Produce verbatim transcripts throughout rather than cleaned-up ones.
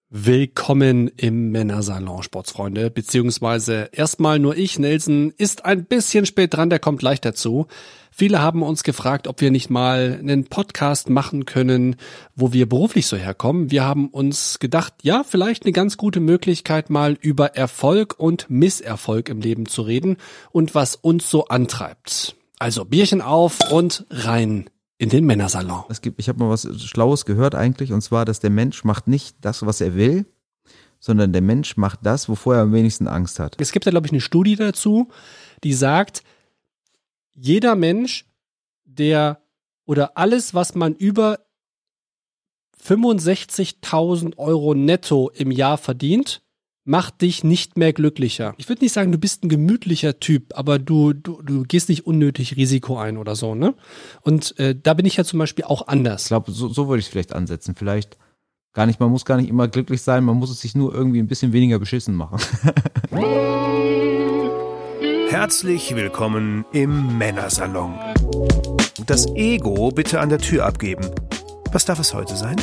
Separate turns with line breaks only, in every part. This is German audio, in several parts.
Willkommen im Männersalon, Sportsfreunde, beziehungsweise erstmal nur ich, Nelson, ist ein bisschen spät dran, der kommt gleich dazu. Viele haben uns gefragt, ob wir nicht mal einen Podcast machen können, wo wir beruflich so herkommen. Wir haben uns gedacht, ja, vielleicht eine ganz gute Möglichkeit, mal über Erfolg und Misserfolg im Leben zu reden und was uns so antreibt. Also Bierchen auf und rein in den Männersalon.
Es gibt, ich habe mal was Schlaues gehört eigentlich, und zwar, dass der Mensch macht nicht das, was er will, sondern der Mensch macht das, wovor er am wenigsten Angst hat.
Es gibt da, glaube ich, eine Studie dazu, die sagt, jeder Mensch, der oder alles, was man über fünfundsechzigtausend Euro netto im Jahr verdient, macht dich nicht mehr glücklicher. Ich würde nicht sagen, du bist ein gemütlicher Typ, aber du, du, du gehst nicht unnötig Risiko ein oder so, ne? Und äh, da bin ich ja zum Beispiel auch anders.
Ich glaube, so, so würde ich es vielleicht ansetzen. Vielleicht gar nicht, man muss gar nicht immer glücklich sein, man muss es sich nur irgendwie ein bisschen weniger beschissen machen.
Herzlich willkommen im Männersalon. Das Ego bitte an der Tür abgeben. Was darf es heute sein?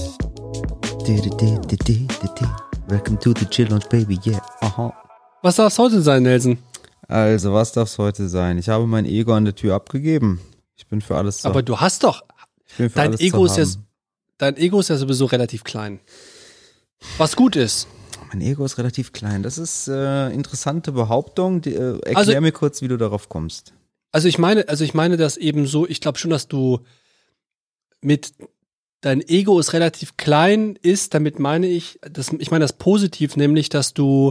Welcome to the Chill Lounge, baby, yeah, aha.
Was darf es heute sein, Nelson?
Also, was darf es heute sein? Ich habe mein Ego an der Tür abgegeben. Ich bin für alles zu
Aber du hast doch,
ich bin für
dein
alles
Ego
zu
ist ja,
haben.
dein Ego ist ja sowieso relativ klein. Was gut ist.
Mein Ego ist relativ klein. Das ist äh, interessante Behauptung. Die, äh, erklär
Also-
mir kurz, wie du darauf kommst.
Also ich meine, also ich meine das eben so, ich glaube schon, dass du mit dein Ego ist relativ klein ist, damit meine ich, das, ich meine das positiv, nämlich, dass du,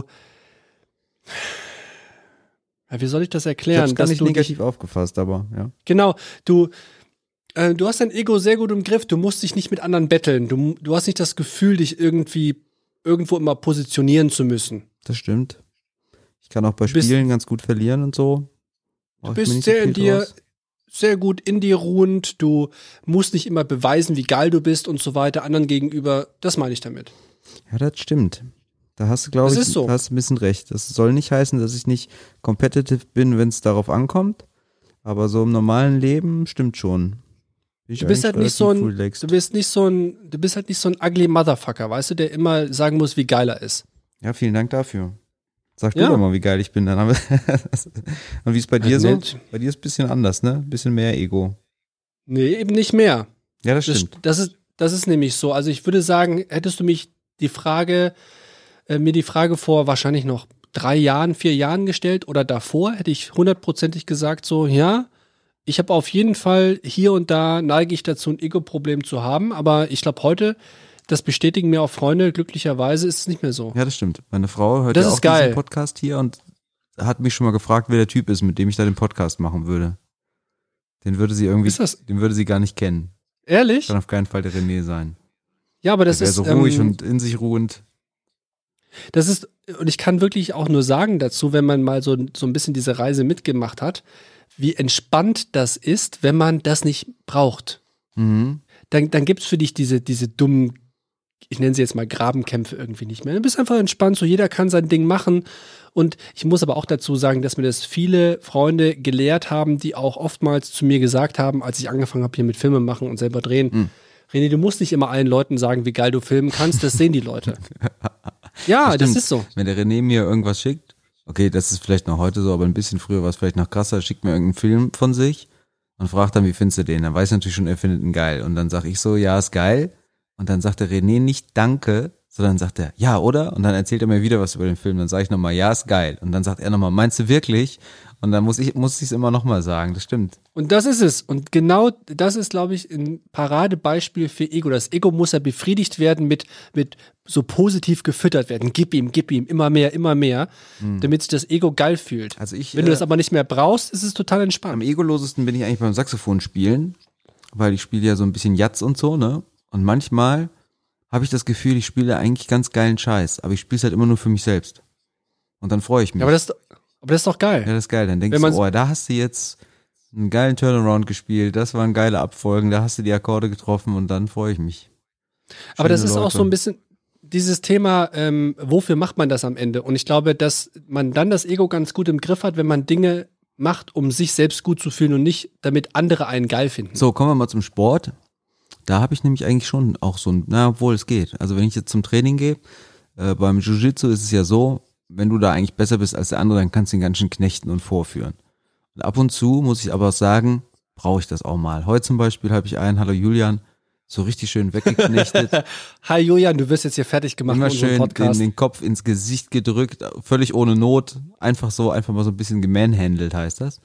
ja, wie soll ich das
Ich habe
erklären?
es gar
dass
nicht
du
negativ
dich,
aufgefasst, aber ja.
genau, du, äh, du hast dein Ego sehr gut im Griff, du musst dich nicht mit anderen betteln, du, du hast nicht das Gefühl, dich irgendwie irgendwo immer positionieren zu müssen.
Das stimmt. Ich kann auch bei
Du bist-
Spielen ganz gut verlieren und so.
Du
Mach ich mir
bist
nicht so
sehr
viel
in dir,
draus.
sehr gut in dir ruhend, du musst nicht immer beweisen, wie geil du bist und so weiter, anderen gegenüber, das meine ich damit.
Ja, das stimmt. Da hast du, glaube
Das
ich,
ist so.
da hast du ein bisschen recht. Das soll nicht heißen, dass ich nicht competitive bin, wenn es darauf ankommt. Aber so im normalen Leben stimmt schon. Bin ich
Du bist
eigentlich
halt nicht so
relativ
ein,
relaxed.
du bist nicht so ein, du bist halt nicht so ein ugly Motherfucker, weißt du, der immer sagen muss, wie geil er ist.
Ja, vielen Dank dafür. Sag
Ja.
du doch mal, wie geil ich bin. Dann haben wir und wie ist bei dir
Halt
so?
nett.
Bei dir ist ein bisschen anders, ne? Ein bisschen mehr Ego.
Nee, eben nicht mehr.
Ja, das
Das,
stimmt.
das ist, das ist nämlich so. Also ich würde sagen, hättest du mich die Frage, äh, mir die Frage vor wahrscheinlich noch drei Jahren, vier Jahren gestellt oder davor, hätte ich hundertprozentig gesagt so, ja, ich habe auf jeden Fall hier und da neige ich dazu, ein Ego-Problem zu haben, aber ich glaube heute, das bestätigen mir auch Freunde, glücklicherweise ist es nicht mehr so.
Ja, das stimmt. Meine Frau hört
Das
ja
ist
auch
geil.
diesen Podcast hier und hat mich schon mal gefragt, wer der Typ ist, mit dem ich da den Podcast machen würde. Den würde sie irgendwie,
Ist das
den würde sie gar nicht kennen.
ehrlich?
Kann auf keinen Fall der René sein.
Ja, aber das
Der wäre
ist
so ruhig
ähm,
und in sich ruhend.
Das ist, und ich kann wirklich auch nur sagen dazu, wenn man mal so, so ein bisschen diese Reise mitgemacht hat, wie entspannt das ist, wenn man das nicht braucht.
Mhm.
Dann, dann gibt's für dich diese, diese dummen, ich nenne sie jetzt mal Grabenkämpfe irgendwie nicht mehr. Du bist einfach entspannt, so jeder kann sein Ding machen. Und ich muss aber auch dazu sagen, dass mir das viele Freunde gelehrt haben, die auch oftmals zu mir gesagt haben, als ich angefangen habe hier mit Filme machen und selber drehen,
Mhm.
René, du musst nicht immer allen Leuten sagen, wie geil du filmen kannst, das sehen die Leute. Ja, das,
stimmt.
ist so.
Wenn der René mir irgendwas schickt, okay, das ist vielleicht noch heute so, aber ein bisschen früher war es vielleicht noch krasser, schickt mir irgendeinen Film von sich und fragt dann, wie findest du den? Dann weiß ich natürlich schon, er findet ihn geil. Und dann sag ich so, ja, ist geil. Und dann sagt der René nicht Danke, sondern sagt er, ja, oder? Und dann erzählt er mir wieder was über den Film. Dann sage ich nochmal, ja, ist geil. Und dann sagt er nochmal, meinst du wirklich? Und dann muss ich muss ich es immer nochmal sagen, das stimmt.
Und das ist es. Und genau das ist, glaube ich, ein Paradebeispiel für Ego. Das Ego muss ja befriedigt werden mit, mit so positiv gefüttert werden. Gib ihm, gib ihm, immer mehr, immer mehr, damit sich das Ego geil fühlt.
Also ich,
Wenn du
äh,
das aber nicht mehr brauchst, ist es total
Am
entspannt.
egolosesten bin ich eigentlich beim Saxophon spielen, weil ich spiele ja so ein bisschen Jazz und so, ne? Und manchmal habe ich das Gefühl, ich spiele eigentlich ganz geilen Scheiß, aber ich spiele es halt immer nur für mich selbst. Und dann freue ich mich.
Ja, aber das, aber das ist doch geil.
Ja, das ist geil. Dann denkst
Wenn
du,
man's-
oh, da hast du jetzt einen geilen Turnaround gespielt, das waren geile Abfolgen, da hast du die Akkorde getroffen und dann freue ich mich.
Aber das
Schöne
ist auch
Leute.
so ein bisschen dieses Thema, ähm, wofür macht man das am Ende? Und ich glaube, dass man dann das Ego ganz gut im Griff hat, wenn man Dinge macht, um sich selbst gut zu fühlen und nicht, damit andere einen geil finden.
So, kommen wir mal zum Sport. Da habe ich nämlich eigentlich schon auch so ein, na, obwohl es geht. Also wenn ich jetzt zum Training gehe, äh, beim Jiu-Jitsu ist es ja so, wenn du da eigentlich besser bist als der andere, dann kannst du ihn ganz schön knechten und vorführen. Und ab und zu muss ich aber sagen, brauche ich das auch mal. Heute zum Beispiel habe ich einen, hallo Julian, so richtig schön weggeknechtet.
Hi Julian, du wirst jetzt hier fertig gemacht
Immer
in unserem
schön
Podcast.
den, den Kopf ins Gesicht gedrückt, völlig ohne Not. Einfach so, einfach mal so ein bisschen gemanhandelt heißt das.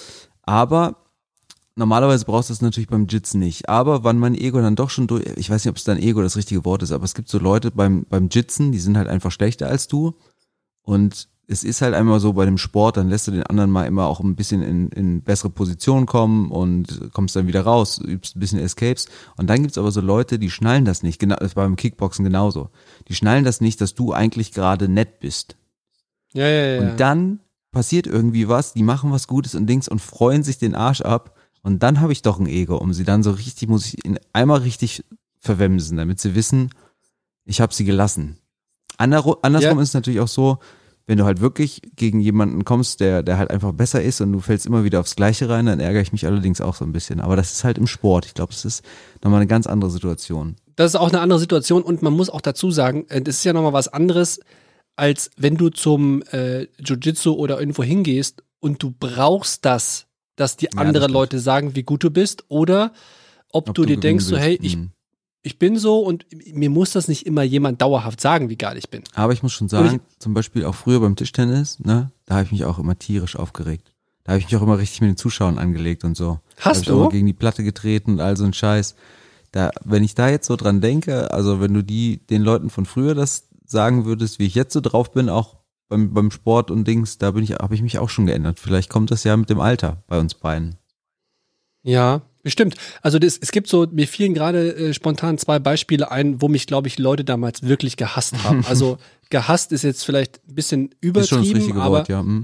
Aber normalerweise brauchst du das natürlich beim Jitsen nicht. Aber wann mein Ego dann doch schon durch, ich weiß nicht, ob es dann Ego das richtige Wort ist, aber es gibt so Leute beim, beim Jitsen, die sind halt einfach schlechter als du. Und es ist halt einmal so bei dem Sport, dann lässt du den anderen mal immer auch ein bisschen in, in bessere Position kommen und kommst dann wieder raus, übst ein bisschen Escapes. Und dann gibt's aber so Leute, die schnallen das nicht. Genau, das war beim Kickboxen genauso. Die schnallen das nicht, dass du eigentlich gerade nett bist.
Ja, ja, ja.
Und dann passiert irgendwie was, die machen was Gutes und Dings und freuen sich den Arsch ab. Und dann habe ich doch ein Ego, um sie dann so richtig, muss ich ihn einmal richtig verwemsen, damit sie wissen, ich habe sie gelassen. Ander, andersrum
Ja.
ist es natürlich auch so, wenn du halt wirklich gegen jemanden kommst, der, der halt einfach besser ist und du fällst immer wieder aufs Gleiche rein, dann ärgere ich mich allerdings auch so ein bisschen. Aber das ist halt im Sport. Ich glaube, es ist nochmal eine ganz andere Situation.
Das ist auch eine andere Situation und man muss auch dazu sagen, äh, das ist ja nochmal was anderes, als wenn du zum äh, Jiu-Jitsu oder irgendwo hingehst und du brauchst das, dass die
Ja,
andere
das stimmt.
Leute sagen, wie gut du bist, oder ob,
Ob
du, dir
gewinnen
denkst, so
willst.
hey, ich,
Mhm.
ich bin so und mir muss das nicht immer jemand dauerhaft sagen, wie geil ich bin.
Aber ich muss schon
Und
sagen, zum Beispiel auch früher beim Tischtennis, ne, da habe ich mich auch immer tierisch aufgeregt. Da habe ich mich auch immer richtig mit den Zuschauern angelegt und so. Da hab
Hast
ich
du?
auch immer gegen die Platte getreten und all so ein Scheiß. Da, wenn ich da jetzt so dran denke, also wenn du die den Leuten von früher das sagen würdest, wie ich jetzt so drauf bin, auch beim, beim Sport und Dings, da bin ich, habe ich mich auch schon geändert. Vielleicht kommt das ja mit dem Alter bei uns beiden.
Ja, bestimmt. Also das, es gibt so, mir fielen gerade äh, spontan zwei Beispiele ein, wo mich, glaube ich, Leute damals wirklich gehasst haben. Also gehasst ist jetzt vielleicht ein bisschen
Ist schon das
übertrieben,
richtige
aber
Wort, ja. Hm.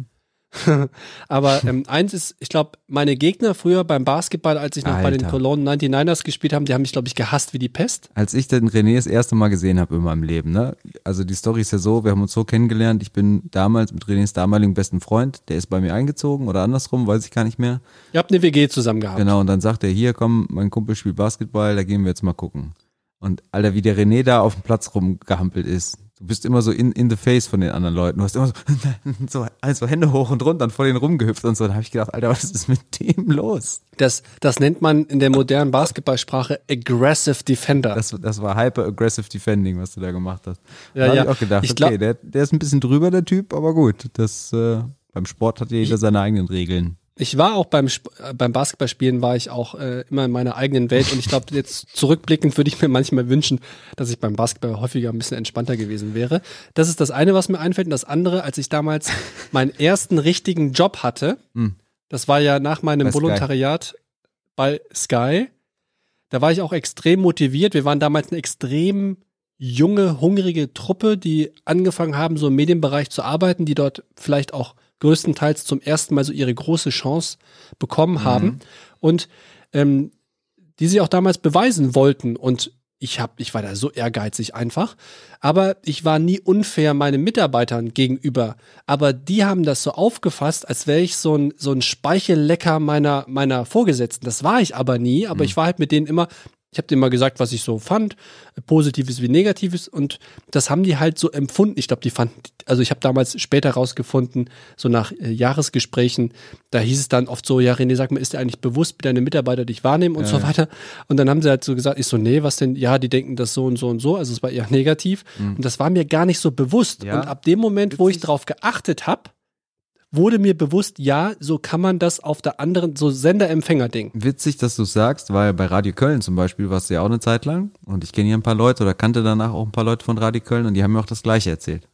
Aber ähm, eins ist, ich glaube, meine Gegner früher beim Basketball, als ich noch bei den
Alter.
Cologne neunundneunzigers gespielt haben, die haben mich, glaube ich, gehasst wie die Pest.
Als ich den René das erste Mal gesehen habe in meinem Leben, ne? Also die Story ist ja so, wir haben uns so kennengelernt, ich bin damals mit Renés damaligen besten Freund, der ist bei mir eingezogen oder andersrum, weiß ich gar nicht mehr.
Ihr habt eine W G zusammen gehabt.
Genau, und dann sagt er, hier komm, mein Kumpel spielt Basketball, da gehen wir jetzt mal gucken. Und Alter, wie der René da auf dem Platz rumgehampelt ist. Du bist immer so in, in the face von den anderen Leuten. Du hast immer so, so also Hände hoch und runter und vor denen rumgehüpft und so. Da habe ich gedacht, Alter, was ist mit dem los?
Das, das nennt man in der modernen Basketballsprache Aggressive Defender.
Das, das war Hyper-Aggressive Defending, was du da gemacht hast.
Ja,
da habe
ja.
ich auch gedacht,
Ich glaub-
okay, der, der ist ein bisschen drüber, der Typ, aber gut. Das, äh, beim Sport hat ja jeder seine eigenen Regeln.
Ich war auch beim, Sp- äh, beim Basketballspielen war ich auch äh, immer in meiner eigenen Welt und ich glaube, jetzt zurückblickend würde ich mir manchmal wünschen, dass ich beim Basketball häufiger ein bisschen entspannter gewesen wäre. Das ist das eine, was mir einfällt. Und das andere, als ich damals meinen ersten richtigen Job hatte,
Hm.
das war ja nach meinem
Bei Sky.
Volontariat bei Sky, da war ich auch extrem motiviert. Wir waren damals eine extrem junge, hungrige Truppe, die angefangen haben, so im Medienbereich zu arbeiten, die dort vielleicht auch größtenteils zum ersten Mal so ihre große Chance bekommen haben und ähm, die sie auch damals beweisen wollten. Und ich hab, ich war da so ehrgeizig einfach, aber ich war nie unfair meinen Mitarbeitern gegenüber. Aber die haben das so aufgefasst, als wäre ich so ein so ein Speichellecker meiner meiner Vorgesetzten. Das war ich aber nie. Aber ich war halt mit denen immer. Ich habe denen mal gesagt, was ich so fand, Positives wie Negatives, und das haben die halt so empfunden. Ich glaube, die fanden, also ich habe damals später rausgefunden, so nach äh, Jahresgesprächen, da hieß es dann oft so, ja René, sag mal, ist dir eigentlich bewusst, wie deine Mitarbeiter dich wahrnehmen und
Ja,
so
ja.
weiter. Und dann haben sie halt so gesagt, ich so, nee, was denn? Ja, die denken das so und so und so, also es war eher negativ. Und das war mir gar nicht so bewusst.
Ja.
Und ab dem Moment, wo ich
Witzig.
drauf geachtet habe, wurde mir bewusst, ja, so kann man das auf der anderen, so Sender-Empfänger-Ding.
Witzig, dass du sagst, weil bei Radio Köln zum Beispiel warst du ja auch eine Zeit lang und ich kenne hier ein paar Leute oder kannte danach auch ein paar Leute von Radio Köln und die haben mir auch das Gleiche erzählt.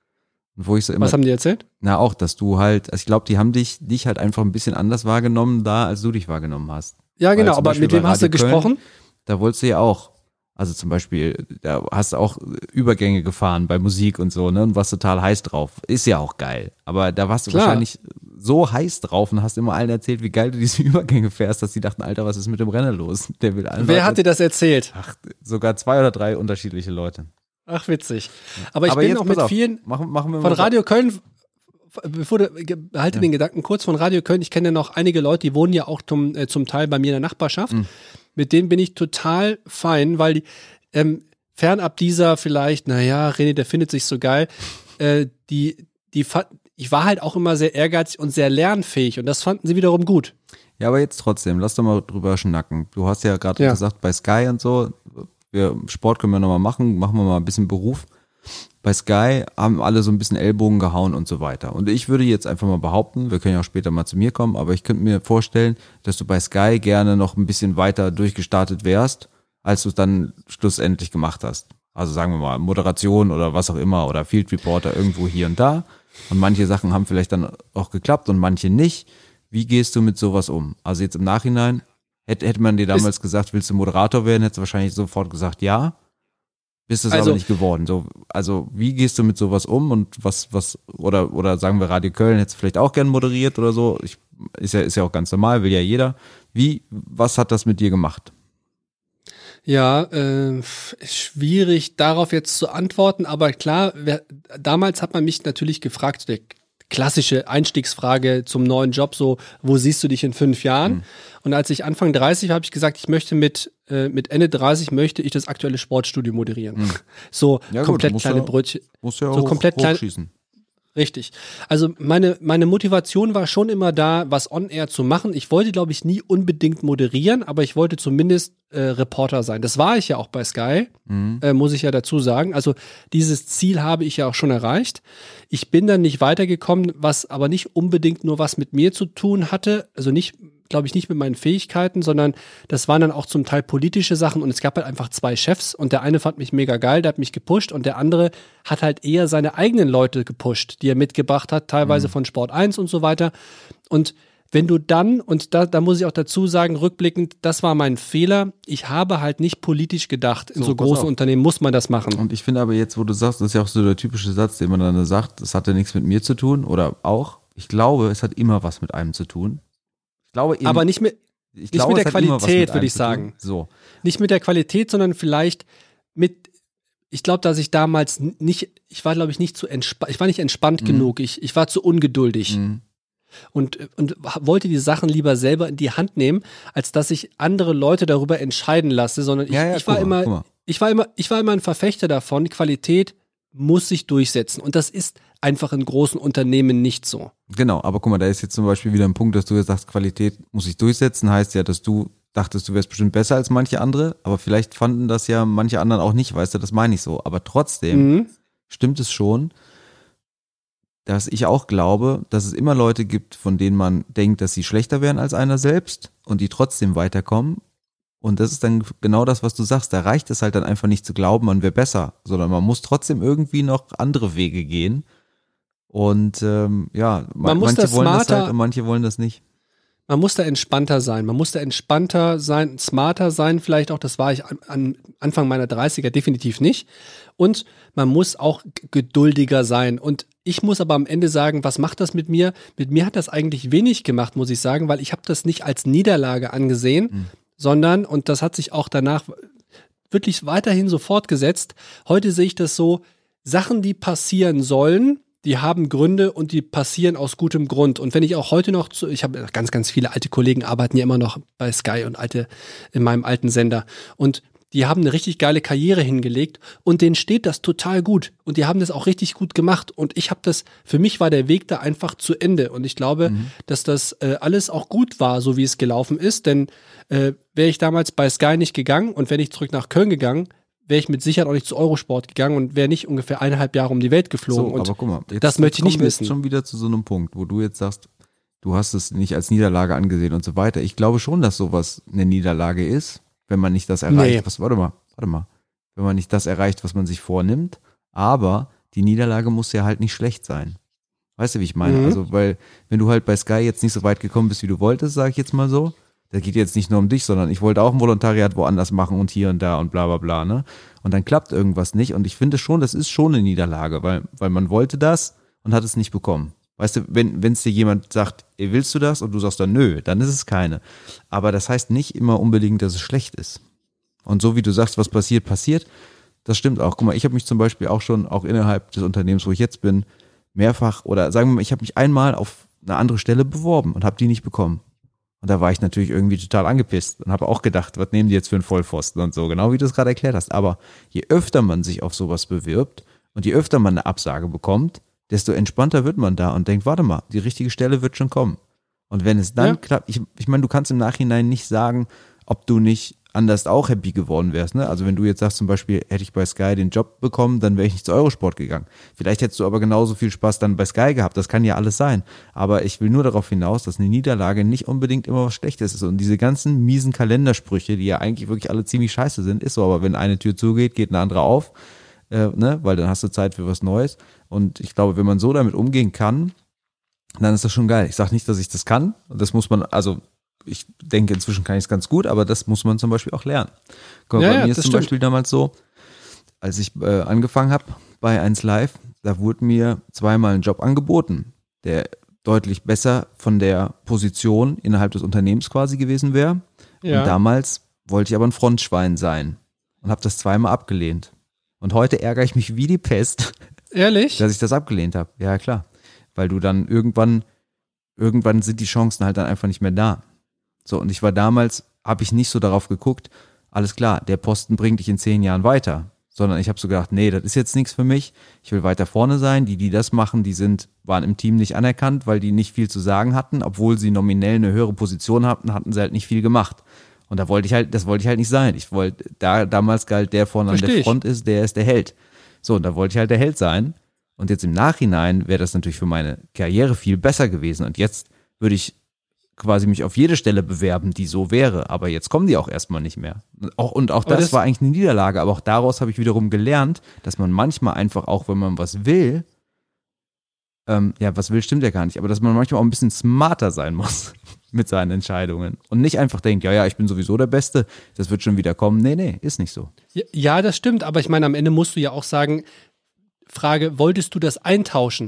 Und wo ich so immer,
Was haben die erzählt?
na auch, dass du halt, also ich glaube, die haben dich, dich halt einfach ein bisschen anders wahrgenommen da, als du dich wahrgenommen hast.
Ja,
Weil
genau,
zum
aber
Beispiel
mit wem
bei
hast du
Radio Köln,
gesprochen?
Da wolltest du ja auch, also zum Beispiel, da hast du auch Übergänge gefahren bei Musik und so, ne, und warst total heiß drauf. Ist ja auch geil. Aber da warst du
Klar.
wahrscheinlich so heiß drauf und hast immer allen erzählt, wie geil du diese Übergänge fährst, dass die dachten, Alter, was ist mit dem Renner los? Der will allen
Wer
Leuten-
hat dir das erzählt?
Ach, sogar zwei oder drei unterschiedliche Leute.
Ach, witzig. Aber ich
Aber
bin
jetzt
auch
pass
mit
auf,
vielen
machen, machen wir
von
mal
Radio Köln, bevor du, ge- behalte den Gedanken kurz, von Radio Köln, ich kenne ja noch einige Leute, die wohnen ja auch zum, äh, zum Teil bei mir in der Nachbarschaft.
Mhm.
mit denen bin ich total fein, weil die, ähm, fernab dieser vielleicht, naja, René, der findet sich so geil, äh, die, die, ich war halt auch immer sehr ehrgeizig und sehr lernfähig und das fanden sie wiederum gut.
Ja, aber jetzt trotzdem, lass doch mal drüber schnacken. Du hast ja gerade
Ja.
gesagt, bei Sky und so, wir, Sport können wir nochmal machen, machen wir mal ein bisschen Beruf. Bei Sky haben alle so ein bisschen Ellbogen gehauen und so weiter. Und ich würde jetzt einfach mal behaupten, wir können ja auch später mal zu mir kommen, aber ich könnte mir vorstellen, dass du bei Sky gerne noch ein bisschen weiter durchgestartet wärst, als du es dann schlussendlich gemacht hast. Also sagen wir mal Moderation oder was auch immer oder Field Reporter irgendwo hier und da. Und manche Sachen haben vielleicht dann auch geklappt und manche nicht. Wie gehst du mit sowas um? Also jetzt im Nachhinein, hätte, hätte man dir damals gesagt, willst du Moderator werden, hättest du wahrscheinlich sofort gesagt, ja. Bist es
Also-
aber nicht geworden. So, also wie gehst du mit sowas um und was, was, oder, oder sagen wir Radio Köln, hättest du vielleicht auch gern moderiert oder so. Ich, ist ja, ist ja auch ganz normal, will ja jeder. Wie, was hat das mit dir gemacht?
Ja, äh, schwierig darauf jetzt zu antworten, aber klar, wer, damals hat man mich natürlich gefragt, der klassische Einstiegsfrage zum neuen Job, so, wo siehst du dich in fünf Jahren? Mhm. Und als ich Anfang dreißig war, habe ich gesagt, ich möchte mit, äh, mit Ende dreißig möchte ich das aktuelle Sportstudio moderieren. Mhm. So
ja,
komplett
gut,
kleine
ja,
Brötchen.
Musst ja
so
hoch,
komplett klein,
hochschießen.
Richtig. Also meine, meine Motivation war schon immer da, was on-air zu machen. Ich wollte, glaube ich, nie unbedingt moderieren, aber ich wollte zumindest äh, Reporter sein. Das war ich ja auch bei Sky, mhm. äh, muss ich ja dazu sagen. Also dieses Ziel habe ich ja auch schon erreicht. Ich bin dann nicht weitergekommen, was aber nicht unbedingt nur was mit mir zu tun hatte. Also nicht, glaube ich, nicht mit meinen Fähigkeiten, sondern das waren dann auch zum Teil politische Sachen und es gab halt einfach zwei Chefs und der eine fand mich mega geil, der hat mich gepusht und der andere hat halt eher seine eigenen Leute gepusht, die er mitgebracht hat, teilweise mhm. von Sport eins und so weiter. Und wenn du dann, und da, da muss ich auch dazu sagen, rückblickend, das war mein Fehler, ich habe halt nicht politisch gedacht. In so, so großen Unternehmen muss man das machen.
Und ich finde aber jetzt, wo du sagst, das ist ja auch so der typische Satz, den man dann sagt, das hatte nichts mit mir zu tun oder auch, ich glaube, es hat immer was mit einem zu tun. Ich glaube eben,
aber nicht mit,
ich
nicht
glaube,
mit der
es hat immer was mit
Qualität, würde
einem
ich
zu tun.
sagen.
So.
Nicht mit der Qualität, sondern vielleicht mit, ich glaube, dass ich damals nicht, ich war, glaube ich, nicht zu entspannt, ich war nicht entspannt mhm. genug, ich, ich war zu ungeduldig. Mhm. Und, und wollte die Sachen lieber selber in die Hand nehmen, als dass ich andere Leute darüber entscheiden lasse, sondern ich,
ja, ja,
ich war
mal,
immer, ich war immer, ich war immer ein Verfechter davon, Qualität muss sich durchsetzen. Und das ist einfach in großen Unternehmen nicht so.
Genau, aber guck mal, da ist jetzt zum Beispiel wieder ein Punkt, dass du jetzt sagst, Qualität muss sich durchsetzen, heißt ja, dass du dachtest, du wärst bestimmt besser als manche andere, aber vielleicht fanden das ja manche anderen auch nicht, weißt du, das meine ich so. Aber trotzdem mhm. stimmt es schon, dass ich auch glaube, dass es immer Leute gibt, von denen man denkt, dass sie schlechter wären als einer selbst und die trotzdem weiterkommen. Und das ist dann genau das, was du sagst. Da reicht es halt dann einfach nicht zu glauben, man wäre besser, sondern man muss trotzdem irgendwie noch andere Wege gehen. Und ähm, ja,
man muss
manche
das
wollen
smarter,
das halt und manche wollen das nicht.
Man muss da entspannter sein. Man muss da entspannter sein, smarter sein vielleicht auch. Das war ich an, an Anfang meiner dreißiger definitiv nicht. Und man muss auch geduldiger sein. Und ich muss aber am Ende sagen, was macht das mit mir? Mit mir hat das eigentlich wenig gemacht, muss ich sagen, weil ich habe das nicht als Niederlage angesehen, mhm. sondern, und das hat sich auch danach wirklich weiterhin so fortgesetzt, heute sehe ich das so, Sachen, die passieren sollen, die haben Gründe und die passieren aus gutem Grund. Und wenn ich auch heute noch, zu, ich habe ganz, ganz viele alte Kollegen, arbeiten ja immer noch bei Sky und alte in meinem alten Sender. Und die haben eine richtig geile Karriere hingelegt und denen steht das total gut. Und die haben das auch richtig gut gemacht. Und ich habe das, für mich war der Weg da einfach zu Ende. Und ich glaube, mhm. dass das äh, alles auch gut war, so wie es gelaufen ist. Denn äh, wäre ich damals bei Sky nicht gegangen und wäre ich zurück nach Köln gegangen, wäre ich mit Sicherheit auch nicht zu Eurosport gegangen und wäre nicht ungefähr eineinhalb Jahre um die Welt geflogen.
So,
und
aber guck mal, jetzt,
das möchte ich nicht missen.
Jetzt schon wieder zu so einem Punkt, wo du jetzt sagst, du hast es nicht als Niederlage angesehen und so weiter. Ich glaube schon, dass sowas eine Niederlage ist, wenn man nicht das erreicht.
Nee.
Was, warte mal, warte mal. Wenn man nicht das erreicht, was man sich vornimmt. Aber die Niederlage muss ja halt nicht schlecht sein. Weißt du, wie ich meine? Mhm. Also, weil, wenn du halt bei Sky jetzt nicht so weit gekommen bist, wie du wolltest, sage ich jetzt mal so, das geht jetzt nicht nur um dich, sondern ich wollte auch ein Volontariat woanders machen und hier und da und bla bla bla, ne? Und dann klappt irgendwas nicht und ich finde schon, das ist schon eine Niederlage, weil, weil man wollte das und hat es nicht bekommen. Weißt du, wenn wenn es dir jemand sagt, ey, willst du das? Und du sagst dann, nö, dann ist es keine. Aber das heißt nicht immer unbedingt, dass es schlecht ist. Und so wie du sagst, was passiert, passiert, das stimmt auch. Guck mal, ich habe mich zum Beispiel auch schon, auch innerhalb des Unternehmens, wo ich jetzt bin, mehrfach, oder sagen wir mal, ich habe mich einmal auf eine andere Stelle beworben und habe die nicht bekommen. Und da war ich natürlich irgendwie total angepisst und habe auch gedacht, was nehmen die jetzt für einen Vollpfosten und so, genau wie du es gerade erklärt hast. Aber je öfter man sich auf sowas bewirbt und je öfter man eine Absage bekommt, desto entspannter wird man da und denkt, warte mal, die richtige Stelle wird schon kommen. Und wenn es dann
Ja.
klappt, ich, ich meine, du kannst im Nachhinein nicht sagen, ob du nicht anders auch happy geworden wärst. Ne? Also wenn du jetzt sagst zum Beispiel, hätte ich bei Sky den Job bekommen, dann wäre ich nicht zu Eurosport gegangen. Vielleicht hättest du aber genauso viel Spaß dann bei Sky gehabt. Das kann ja alles sein. Aber ich will nur darauf hinaus, dass eine Niederlage nicht unbedingt immer was Schlechtes ist. Und diese ganzen miesen Kalendersprüche, die ja eigentlich wirklich alle ziemlich scheiße sind, ist so. Aber wenn eine Tür zugeht, geht eine andere auf, äh, ne? Weil dann hast du Zeit für was Neues. Und ich glaube, wenn man so damit umgehen kann, dann ist das schon geil. Ich sage nicht, dass ich das kann. Das muss man, also ich denke, inzwischen kann ich es ganz gut, aber das muss man zum Beispiel auch lernen. Guck,
Ja,
bei
ja,
mir ist
das
zum
stimmt.
Beispiel damals so, als ich äh, angefangen habe bei eins Live, da wurde mir zweimal ein Job angeboten, der deutlich besser von der Position innerhalb des Unternehmens quasi gewesen wäre.
Ja.
Und damals wollte ich aber ein Frontschwein sein und habe das zweimal abgelehnt. Und heute ärgere ich mich wie die Pest,
Ehrlich?
dass ich das abgelehnt habe. Ja, klar. Weil du dann irgendwann, irgendwann sind die Chancen halt dann einfach nicht mehr da. So, und ich war damals, habe ich nicht so darauf geguckt, alles klar, der Posten bringt dich in zehn Jahren weiter. Sondern ich habe so gedacht, nee, das ist jetzt nichts für mich. Ich will weiter vorne sein. Die, die das machen, die sind, waren im Team nicht anerkannt, weil die nicht viel zu sagen hatten. Obwohl sie nominell eine höhere Position hatten, hatten sie halt nicht viel gemacht. Und da wollte ich halt, das wollte ich halt nicht sein. Ich wollte, da damals galt, der vorne an
Versteh
der
ich.
Front ist, der ist der Held. So, und da wollte ich halt der Held sein. Und jetzt im Nachhinein wäre das natürlich für meine Karriere viel besser gewesen. Und jetzt würde ich quasi mich auf jede Stelle bewerben, die so wäre. Aber jetzt kommen die auch erstmal nicht mehr. Auch, und auch
Aber
das,
das-
war eigentlich eine Niederlage. Aber auch daraus habe ich wiederum gelernt, dass man manchmal einfach auch, wenn man was will, ähm, ja, was will, stimmt ja gar nicht, aber dass man manchmal auch ein bisschen smarter sein muss mit seinen Entscheidungen. Und nicht einfach denkt, ja, ja, ich bin sowieso der Beste, das wird schon wieder kommen. Nee, nee, ist nicht so.
Ja, ja, das stimmt, aber ich meine, am Ende musst du ja auch sagen, Frage, wolltest du das eintauschen?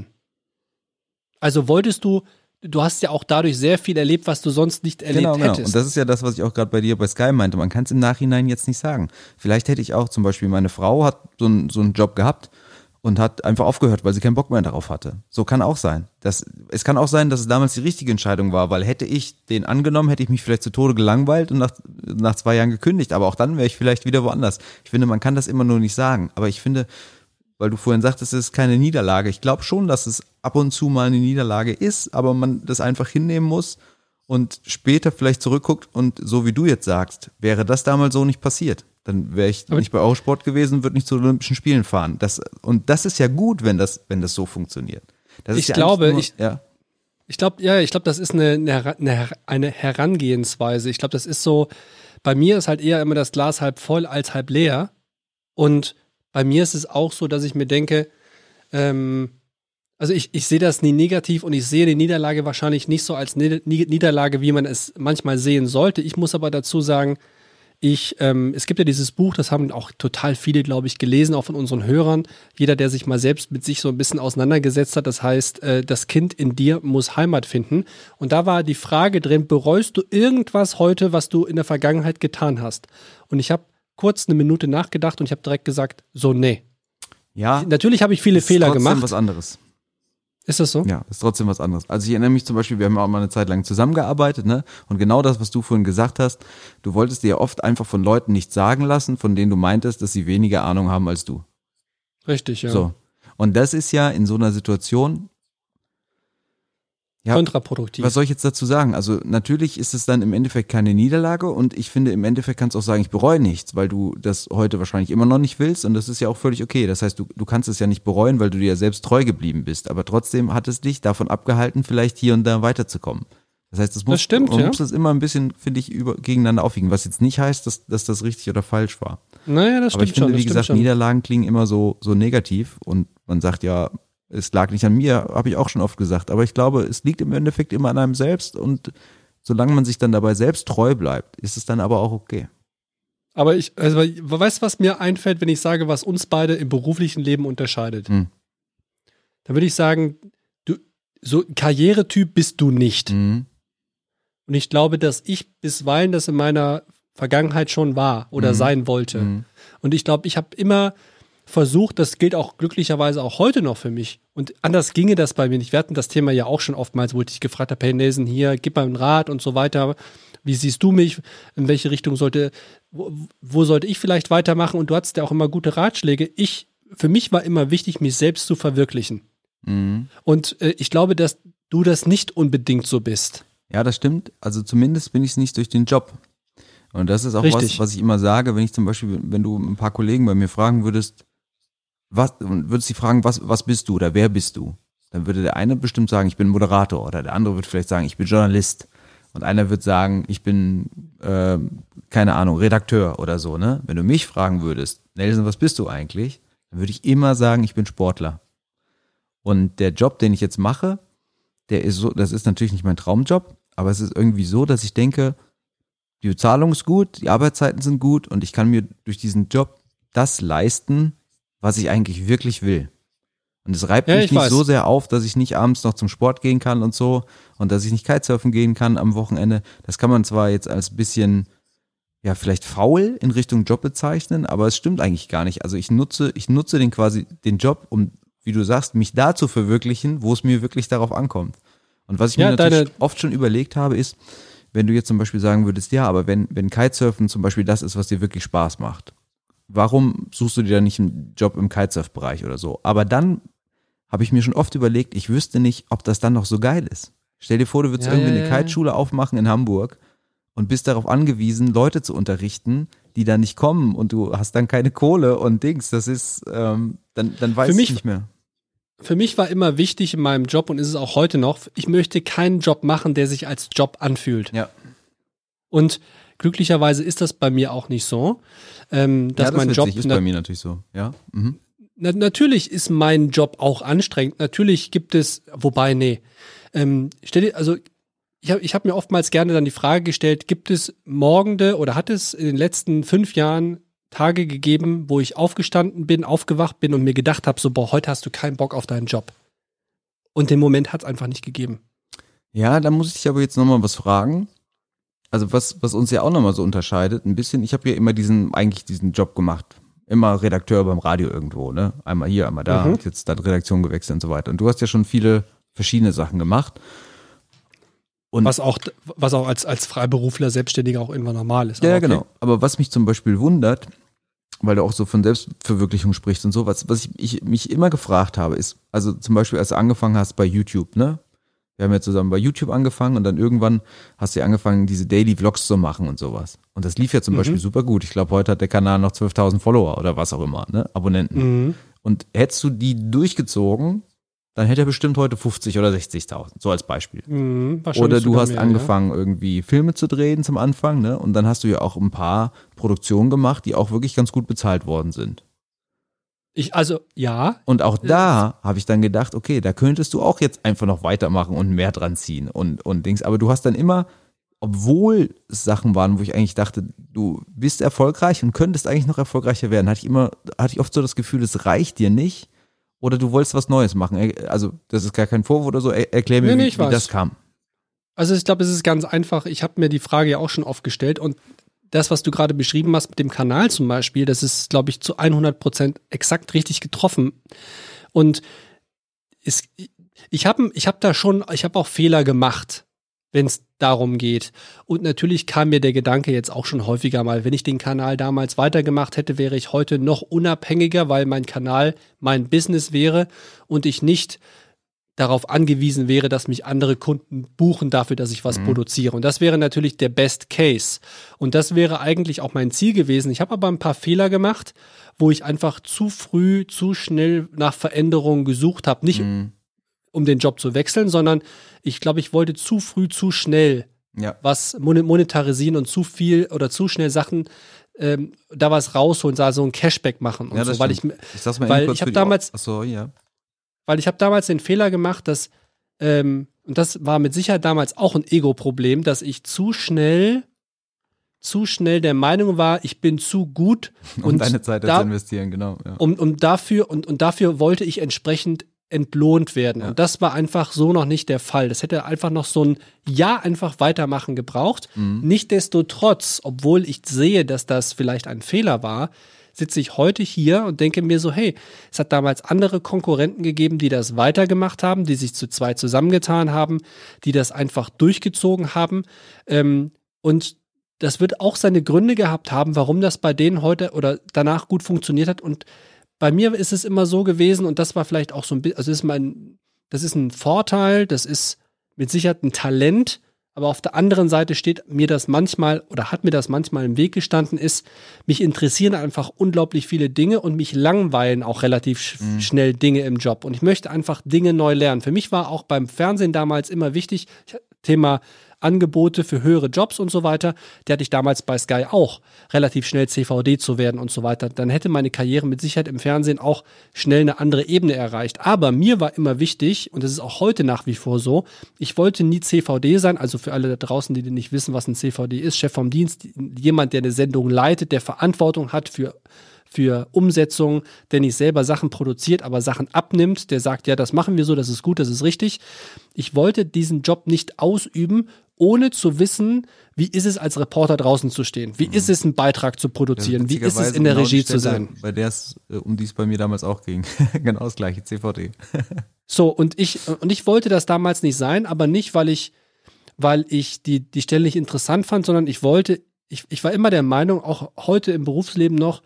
Also wolltest du, du hast ja auch dadurch sehr viel erlebt, was du sonst nicht erlebt
Genau, genau.
hättest.
Und das ist ja das, was ich auch gerade bei dir bei Sky meinte. Man kann es im Nachhinein jetzt nicht sagen. Vielleicht hätte ich auch zum Beispiel, meine Frau hat so, ein, so einen Job gehabt und hat einfach aufgehört, weil sie keinen Bock mehr darauf hatte. So kann auch sein. Das, es kann auch sein, dass es damals die richtige Entscheidung war, weil hätte ich den angenommen, hätte ich mich vielleicht zu Tode gelangweilt und nach, nach zwei Jahren gekündigt. Aber auch dann wäre ich vielleicht wieder woanders. Ich finde, man kann das immer nur nicht sagen. Aber ich finde, weil du vorhin sagtest, es ist keine Niederlage. Ich glaube schon, dass es ab und zu mal eine Niederlage ist, aber man das einfach hinnehmen muss und später vielleicht zurückguckt und so wie du jetzt sagst, wäre das damals so nicht passiert. Dann wäre ich
Aber
nicht bei Eurosport gewesen, würde nicht zu Olympischen Spielen fahren. Das, und das ist ja gut, wenn das, wenn das so funktioniert. Das
Ich
ist ja
glaube,
eigentlich nur,
ich-
ja.
Ich glaube, ja, ich glaube, das ist eine, eine, eine Herangehensweise. Ich glaube, das ist so, bei mir ist halt eher immer das Glas halb voll als halb leer. Und bei mir ist es auch so, dass ich mir denke, ähm, also ich, ich sehe das nie negativ und ich sehe die Niederlage wahrscheinlich nicht so als Nieder- Niederlage, wie man es manchmal sehen sollte. Ich muss aber dazu sagen, ich, ähm, es gibt ja dieses Buch, das haben auch total viele, glaube ich, gelesen, auch von unseren Hörern. Jeder, der sich mal selbst mit sich so ein bisschen auseinandergesetzt hat, das heißt, äh, das Kind in dir muss Heimat finden. Und da war die Frage drin, bereust du irgendwas heute, was du in der Vergangenheit getan hast? Und ich habe kurz eine Minute nachgedacht und ich habe direkt gesagt, so nee.
Ja,
Natürlich habe ich viele
ist
Fehler
trotzdem
gemacht.
was anderes.
Ist das so?
Ja, ist trotzdem was anderes. Also ich erinnere mich zum Beispiel, wir haben auch mal eine Zeit lang zusammengearbeitet, ne? Und genau das, was du vorhin gesagt hast, du wolltest dir ja oft einfach von Leuten nichts sagen lassen, von denen du meintest, dass sie weniger Ahnung haben als du.
Richtig, ja.
So. Und das ist ja in so einer Situation, ja,
Kontraproduktiv.
was soll ich jetzt dazu sagen? Also natürlich ist es dann im Endeffekt keine Niederlage und ich finde, im Endeffekt kannst du auch sagen, ich bereue nichts, weil du das heute wahrscheinlich immer noch nicht willst und das ist ja auch völlig okay. Das heißt, du, du kannst es ja nicht bereuen, weil du dir ja selbst treu geblieben bist, aber trotzdem hat es dich davon abgehalten, vielleicht hier und da weiterzukommen. Das heißt, das muss,
Das stimmt,
man
ja.
muss das immer ein bisschen, finde ich, über, gegeneinander aufwiegen, was jetzt nicht heißt, dass, dass das richtig oder falsch war.
Naja, das
Aber
stimmt
ich finde,
schon. Das
wie
stimmt
gesagt,
schon.
Niederlagen klingen immer so, so negativ und man sagt ja, es lag nicht an mir, habe ich auch schon oft gesagt. Aber ich glaube, es liegt im Endeffekt immer an einem selbst und solange man sich dann dabei selbst treu bleibt, ist es dann aber auch okay.
Aber ich, also, weißt du, was mir einfällt, wenn ich sage, was uns beide im beruflichen Leben unterscheidet?
Hm.
Dann würde ich sagen, du, so Karrieretyp bist du nicht.
Mhm.
Und ich glaube, dass ich bisweilen das in meiner Vergangenheit schon war oder
Mhm.
sein wollte.
Mhm.
Und ich glaube, ich habe immer versucht, das gilt auch glücklicherweise auch heute noch für mich. Und anders ginge das bei mir nicht. Wir hatten das Thema ja auch schon oftmals, wo ich dich gefragt habe, hey Nelson, hier, gib mal einen Rat und so weiter. Wie siehst du mich? In welche Richtung sollte, wo, wo sollte ich vielleicht weitermachen? Und du hattest ja auch immer gute Ratschläge. Ich, für mich war immer wichtig, mich selbst zu verwirklichen. Mhm. Und äh, ich glaube, dass du das nicht unbedingt so bist.
Ja, das stimmt. Also zumindest bin ich es nicht durch den Job. Und das ist auch was, was ich immer sage, wenn ich zum Beispiel, wenn du ein paar Kollegen bei mir fragen würdest, was, würdest sie fragen, was, was bist du oder wer bist du? Dann würde der eine bestimmt sagen, ich bin Moderator, oder der andere würde vielleicht sagen, ich bin Journalist. Und einer wird sagen, ich bin, äh, keine Ahnung, Redakteur oder so, ne? Wenn du mich fragen würdest, Nelson, was bist du eigentlich? Dann würde ich immer sagen, ich bin Sportler. Und der Job, den ich jetzt mache, der ist so, das ist natürlich nicht mein Traumjob, aber es ist irgendwie so, dass ich denke, die Bezahlung ist gut, die Arbeitszeiten sind gut und ich kann mir durch diesen Job das leisten, was ich eigentlich wirklich will. Und es reibt
ja,
mich nicht
weiß.
so sehr auf, dass ich nicht abends noch zum Sport gehen kann und so und dass ich nicht Kitesurfen gehen kann am Wochenende. Das kann man zwar jetzt als bisschen, ja, vielleicht faul in Richtung Job bezeichnen, aber es stimmt eigentlich gar nicht. Also ich nutze, ich nutze den quasi, den Job, um, wie du sagst, mich da zu verwirklichen, wo es mir wirklich darauf ankommt. Und was ich
ja,
mir natürlich
deine
oft schon überlegt habe, ist, wenn du jetzt zum Beispiel sagen würdest, ja, aber wenn, wenn Kitesurfen zum Beispiel das ist, was dir wirklich Spaß macht, warum suchst du dir dann nicht einen Job im Kitesurf-Bereich oder so? Aber dann habe ich mir schon oft überlegt, ich wüsste nicht, ob das dann noch so geil ist. Stell dir vor, du würdest
ja,
irgendwie
ja,
eine
ja.
Kiteschule aufmachen in Hamburg und bist darauf angewiesen, Leute zu unterrichten, die dann nicht kommen und du hast dann keine Kohle und Dings. Das ist, ähm, dann, dann weiß
Für
ich
mich,
nicht mehr.
Für mich war immer wichtig in meinem Job und ist es auch heute noch, ich möchte keinen Job machen, der sich als Job anfühlt.
Ja.
Und glücklicherweise ist das bei mir auch nicht so. Ähm, dass
ja, das
mein Job
ist bei mir natürlich so. Ja. Mhm.
Na, natürlich ist mein Job auch anstrengend. Natürlich gibt es, wobei, nee. Ähm, stell dir, also ich habe ich hab mir oftmals gerne dann die Frage gestellt, gibt es morgende oder hat es in den letzten fünf Jahren Tage gegeben, wo ich aufgestanden bin, aufgewacht bin und mir gedacht habe, so, boah, heute hast du keinen Bock auf deinen Job. Und den Moment hat es einfach nicht gegeben.
Ja, da muss ich dich aber jetzt nochmal was fragen. Also was, was uns ja auch nochmal so unterscheidet, ein bisschen, ich habe ja immer diesen, eigentlich diesen Job gemacht. Immer Redakteur beim Radio irgendwo, ne? Einmal hier, einmal da,
Mhm.
hab jetzt dann Redaktion gewechselt und so weiter. Und du hast ja schon viele verschiedene Sachen gemacht. Und
Was auch, was auch als, als Freiberufler, Selbstständiger auch irgendwann normal ist.
ja,
Aber
ja,
okay.
genau. Aber was mich zum Beispiel wundert, weil du auch so von Selbstverwirklichung sprichst und so, was, was ich, ich mich immer gefragt habe, ist, also zum Beispiel, als du angefangen hast bei YouTube, ne? Wir haben ja zusammen bei YouTube angefangen und dann irgendwann hast du ja angefangen, diese Daily Vlogs zu machen und sowas. Und das lief ja zum
Mhm.
Beispiel super gut. Ich glaube, heute hat der Kanal noch zwölftausend Follower oder was auch immer, ne? Abonnenten.
Mhm.
Und hättest du die durchgezogen, dann hätte er bestimmt heute fünfzig oder sechzigtausend, so als Beispiel.
Mhm, wahrscheinlich
Oder du
sogar
hast
mehr,
angefangen, irgendwie Filme zu drehen zum Anfang, ne? Und dann hast du ja auch ein paar Produktionen gemacht, die auch wirklich ganz gut bezahlt worden sind.
Ja. Ich, also, ja.
Und auch da habe ich dann gedacht, okay, da könntest du auch jetzt einfach noch weitermachen und mehr dran ziehen und, und Dings. Aber du hast dann immer, obwohl es Sachen waren, wo ich eigentlich dachte, du bist erfolgreich und könntest eigentlich noch erfolgreicher werden, hatte ich immer, hatte ich oft so das Gefühl, es reicht dir nicht oder du wolltest was Neues machen. Also, das ist gar kein Vorwurf oder so. Er, erklär mir,
Nee, nee,
wie,
ich
wie
weiß.
das kam.
Also ich glaube, es ist ganz einfach. Ich habe mir die Frage ja auch schon oft gestellt und das, was du gerade beschrieben hast mit dem Kanal zum Beispiel, das ist, glaube ich, zu hundert Prozent exakt richtig getroffen. Und es, ich habe ich hab da schon, ich habe auch Fehler gemacht, wenn es darum geht. Und natürlich kam mir der Gedanke jetzt auch schon häufiger mal, wenn ich den Kanal damals weitergemacht hätte, wäre ich heute noch unabhängiger, weil mein Kanal mein Business wäre und ich nicht darauf angewiesen wäre, dass mich andere Kunden buchen dafür, dass ich was mhm. produziere. Und das wäre natürlich der Best Case. Und das wäre eigentlich auch mein Ziel gewesen. Ich habe aber ein paar Fehler gemacht, wo ich einfach zu früh, zu schnell nach Veränderungen gesucht habe. Nicht mhm. um den Job zu wechseln, sondern ich glaube, ich wollte zu früh, zu schnell ja. was monetarisieren und zu viel oder zu schnell Sachen ähm, da was rausholen, da so ein Cashback machen und
ja,
so. Weil ich,
ich sag's mal
weil
kurz
ich habe damals
Achso, ja.
Weil ich habe damals den Fehler gemacht, dass, ähm, und das war mit Sicherheit damals auch ein Ego-Problem, dass ich zu schnell, zu schnell der Meinung war, ich bin zu gut.
Um
und
deine Zeit
da,
zu investieren, genau. Ja.
Um, um dafür, und, und dafür wollte ich entsprechend entlohnt werden. Ja. Und das war einfach so noch nicht der Fall. Das hätte einfach noch so ein Jahr einfach weitermachen gebraucht. Mhm. Nichtsdestotrotz, obwohl ich sehe, dass das vielleicht ein Fehler war, sitze ich heute hier und denke mir so, hey, es hat damals andere Konkurrenten gegeben, die das weitergemacht haben, die sich zu zweit zusammengetan haben, die das einfach durchgezogen haben. Ähm, und das wird auch seine Gründe gehabt haben, warum das bei denen heute oder danach gut funktioniert hat. Und bei mir ist es immer so gewesen, und das war vielleicht auch so ein bisschen, also das ist mein, das ist ein Vorteil, das ist mit Sicherheit ein Talent, aber auf der anderen Seite steht mir das manchmal oder hat mir das manchmal im Weg gestanden, ist, mich interessieren einfach unglaublich viele Dinge und mich langweilen auch relativ sch- mhm. schnell Dinge im Job. Und ich möchte einfach Dinge neu lernen. Für mich war auch beim Fernsehen damals immer wichtig, Thema Angebote für höhere Jobs und so weiter, die hatte ich damals bei Sky auch, relativ schnell C V D zu werden und so weiter. Dann hätte meine Karriere mit Sicherheit im Fernsehen auch schnell eine andere Ebene erreicht. Aber mir war immer wichtig, und das ist auch heute nach wie vor so, ich wollte nie C V D sein, also für alle da draußen, die nicht wissen, was ein C V D ist, Chef vom Dienst, jemand, der eine Sendung leitet, der Verantwortung hat für für Umsetzung, der nicht selber Sachen produziert, aber Sachen abnimmt, der sagt, ja, das machen wir so, das ist gut, das ist richtig. Ich wollte diesen Job nicht ausüben, ohne zu wissen, wie ist es als Reporter draußen zu stehen, wie mhm. ist es, einen Beitrag zu produzieren, wie ist es, in der genau Regie Stelle, zu sein.
Bei der es, um die es bei mir damals auch ging, genau das gleiche, C V D.
So, und ich, und ich wollte das damals nicht sein, aber nicht, weil ich, weil ich die, die Stelle nicht interessant fand, sondern ich wollte, ich, ich war immer der Meinung, auch heute im Berufsleben noch,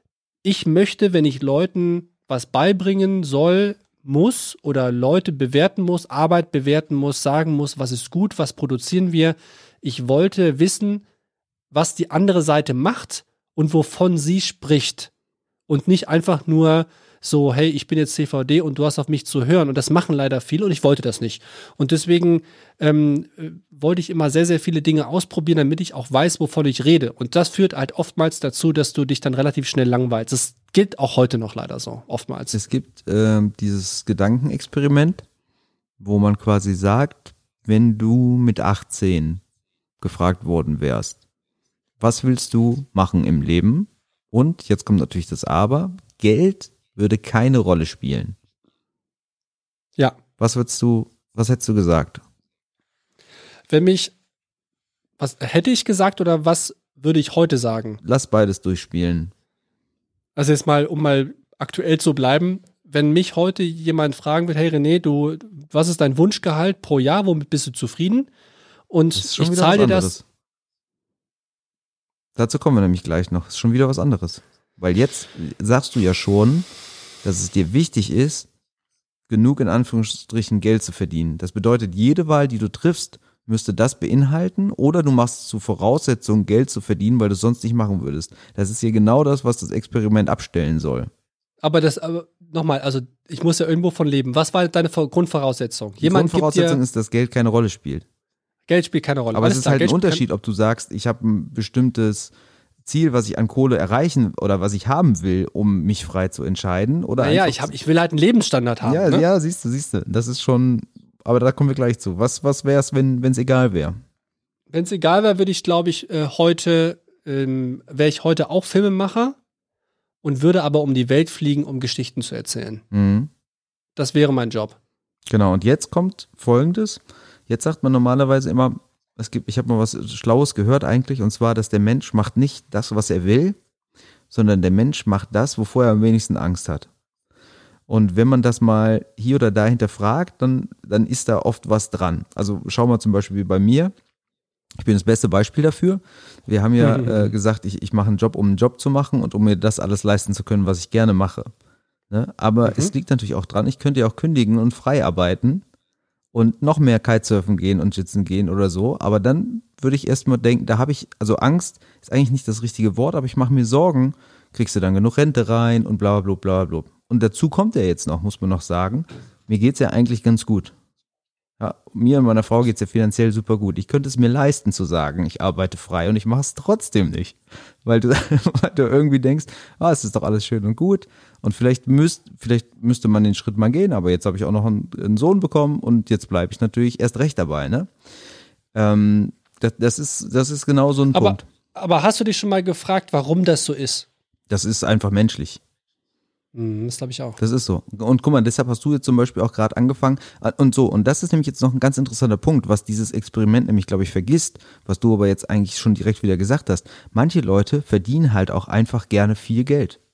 ich möchte, wenn ich Leuten was beibringen soll, muss oder Leute bewerten muss, Arbeit bewerten muss, sagen muss, was ist gut, was produzieren wir. Ich wollte wissen, was die andere Seite macht und wovon sie spricht. Und nicht einfach nur so, hey, ich bin jetzt C V D und du hast auf mich zu hören. Und das machen leider viele und ich wollte das nicht. Und deswegen ähm, wollte ich immer sehr, sehr viele Dinge ausprobieren, damit ich auch weiß, wovon ich rede. Und das führt halt oftmals dazu, dass du dich dann relativ schnell langweilst. Das gilt auch heute noch leider so, oftmals.
Es gibt äh, dieses Gedankenexperiment, wo man quasi sagt, wenn du mit achtzehn gefragt worden wärst, was willst du machen im Leben? Und jetzt kommt natürlich das Aber, Geld würde keine Rolle spielen.
Ja.
Was würdest du, was hättest du gesagt?
Wenn mich, was hätte ich gesagt oder was würde ich heute sagen?
Lass beides durchspielen.
Also jetzt mal, um mal aktuell zu bleiben, wenn mich heute jemand fragen wird, hey René, du, was ist dein Wunschgehalt pro Jahr, womit bist du zufrieden? Und ich zahle dir das.
Dazu kommen wir nämlich gleich noch. Das ist schon wieder was anderes. Weil jetzt sagst du ja schon, dass es dir wichtig ist, genug in Anführungsstrichen Geld zu verdienen. Das bedeutet, jede Wahl, die du triffst, müsste das beinhalten oder du machst zur Voraussetzung, Geld zu verdienen, weil du es sonst nicht machen würdest. Das ist hier genau das, was das Experiment abstellen soll.
Aber das, aber nochmal, also ich muss ja irgendwo von leben. Was war deine Grundvoraussetzung?
Die Jemand Grundvoraussetzung ist, dass Geld keine Rolle spielt.
Geld spielt keine Rolle.
Aber es ist halt ein Unterschied, ob du sagst, ich habe ein bestimmtes Ziel, was ich an Kohle erreichen oder was ich haben will, um mich frei zu entscheiden. Oder
naja, ich, hab, ich will halt einen Lebensstandard haben.
Ja,
ne?
ja, siehst du, siehst du. Das ist schon, aber da kommen wir gleich zu. Was, was wäre es, wenn es egal wäre?
Wenn es egal wäre, würde ich, glaube ich, äh, heute, ähm, wäre ich heute auch Filmemacher und würde aber um die Welt fliegen, um Geschichten zu erzählen.
Mhm.
Das wäre mein Job.
Genau, und jetzt kommt Folgendes. Jetzt sagt man normalerweise immer, es gibt, ich habe mal was Schlaues gehört eigentlich, und zwar, dass der Mensch macht nicht das, was er will, sondern der Mensch macht das, wovor er am wenigsten Angst hat. Und wenn man das mal hier oder da hinterfragt, dann, dann ist da oft was dran. Also schau mal zum Beispiel wie bei mir. Ich bin das beste Beispiel dafür. Wir haben ja mhm. äh, gesagt, ich, ich mache einen Job, um einen Job zu machen und um mir das alles leisten zu können, was ich gerne mache. Ne? Aber mhm. es liegt natürlich auch dran, ich könnte ja auch kündigen und frei arbeiten und noch mehr Kitesurfen gehen und Jitzen gehen oder so. Aber dann würde ich erstmal denken, da habe ich, also Angst ist eigentlich nicht das richtige Wort, aber ich mache mir Sorgen, kriegst du dann genug Rente rein und bla bla bla bla. Und dazu kommt ja jetzt noch, muss man noch sagen, mir geht's ja eigentlich ganz gut. Ja, mir und meiner Frau geht's ja finanziell super gut. Ich könnte es mir leisten zu sagen, ich arbeite frei und ich mache es trotzdem nicht. Weil du, weil du irgendwie denkst, ah, es ist doch alles schön und gut. Und vielleicht, müsst, vielleicht müsste man den Schritt mal gehen, aber jetzt habe ich auch noch einen, einen Sohn bekommen und jetzt bleibe ich natürlich erst recht dabei. Ne? Ähm, das, das, ist, das ist genau so ein
aber,
Punkt.
Aber hast du dich schon mal gefragt, warum das so ist?
Das ist einfach menschlich.
Das glaube ich auch.
Das ist so. Und guck mal, deshalb hast du jetzt zum Beispiel auch gerade angefangen und so. Und das ist nämlich jetzt noch ein ganz interessanter Punkt, was dieses Experiment nämlich, glaube ich, vergisst, was du aber jetzt eigentlich schon direkt wieder gesagt hast. Manche Leute verdienen halt auch einfach gerne viel Geld.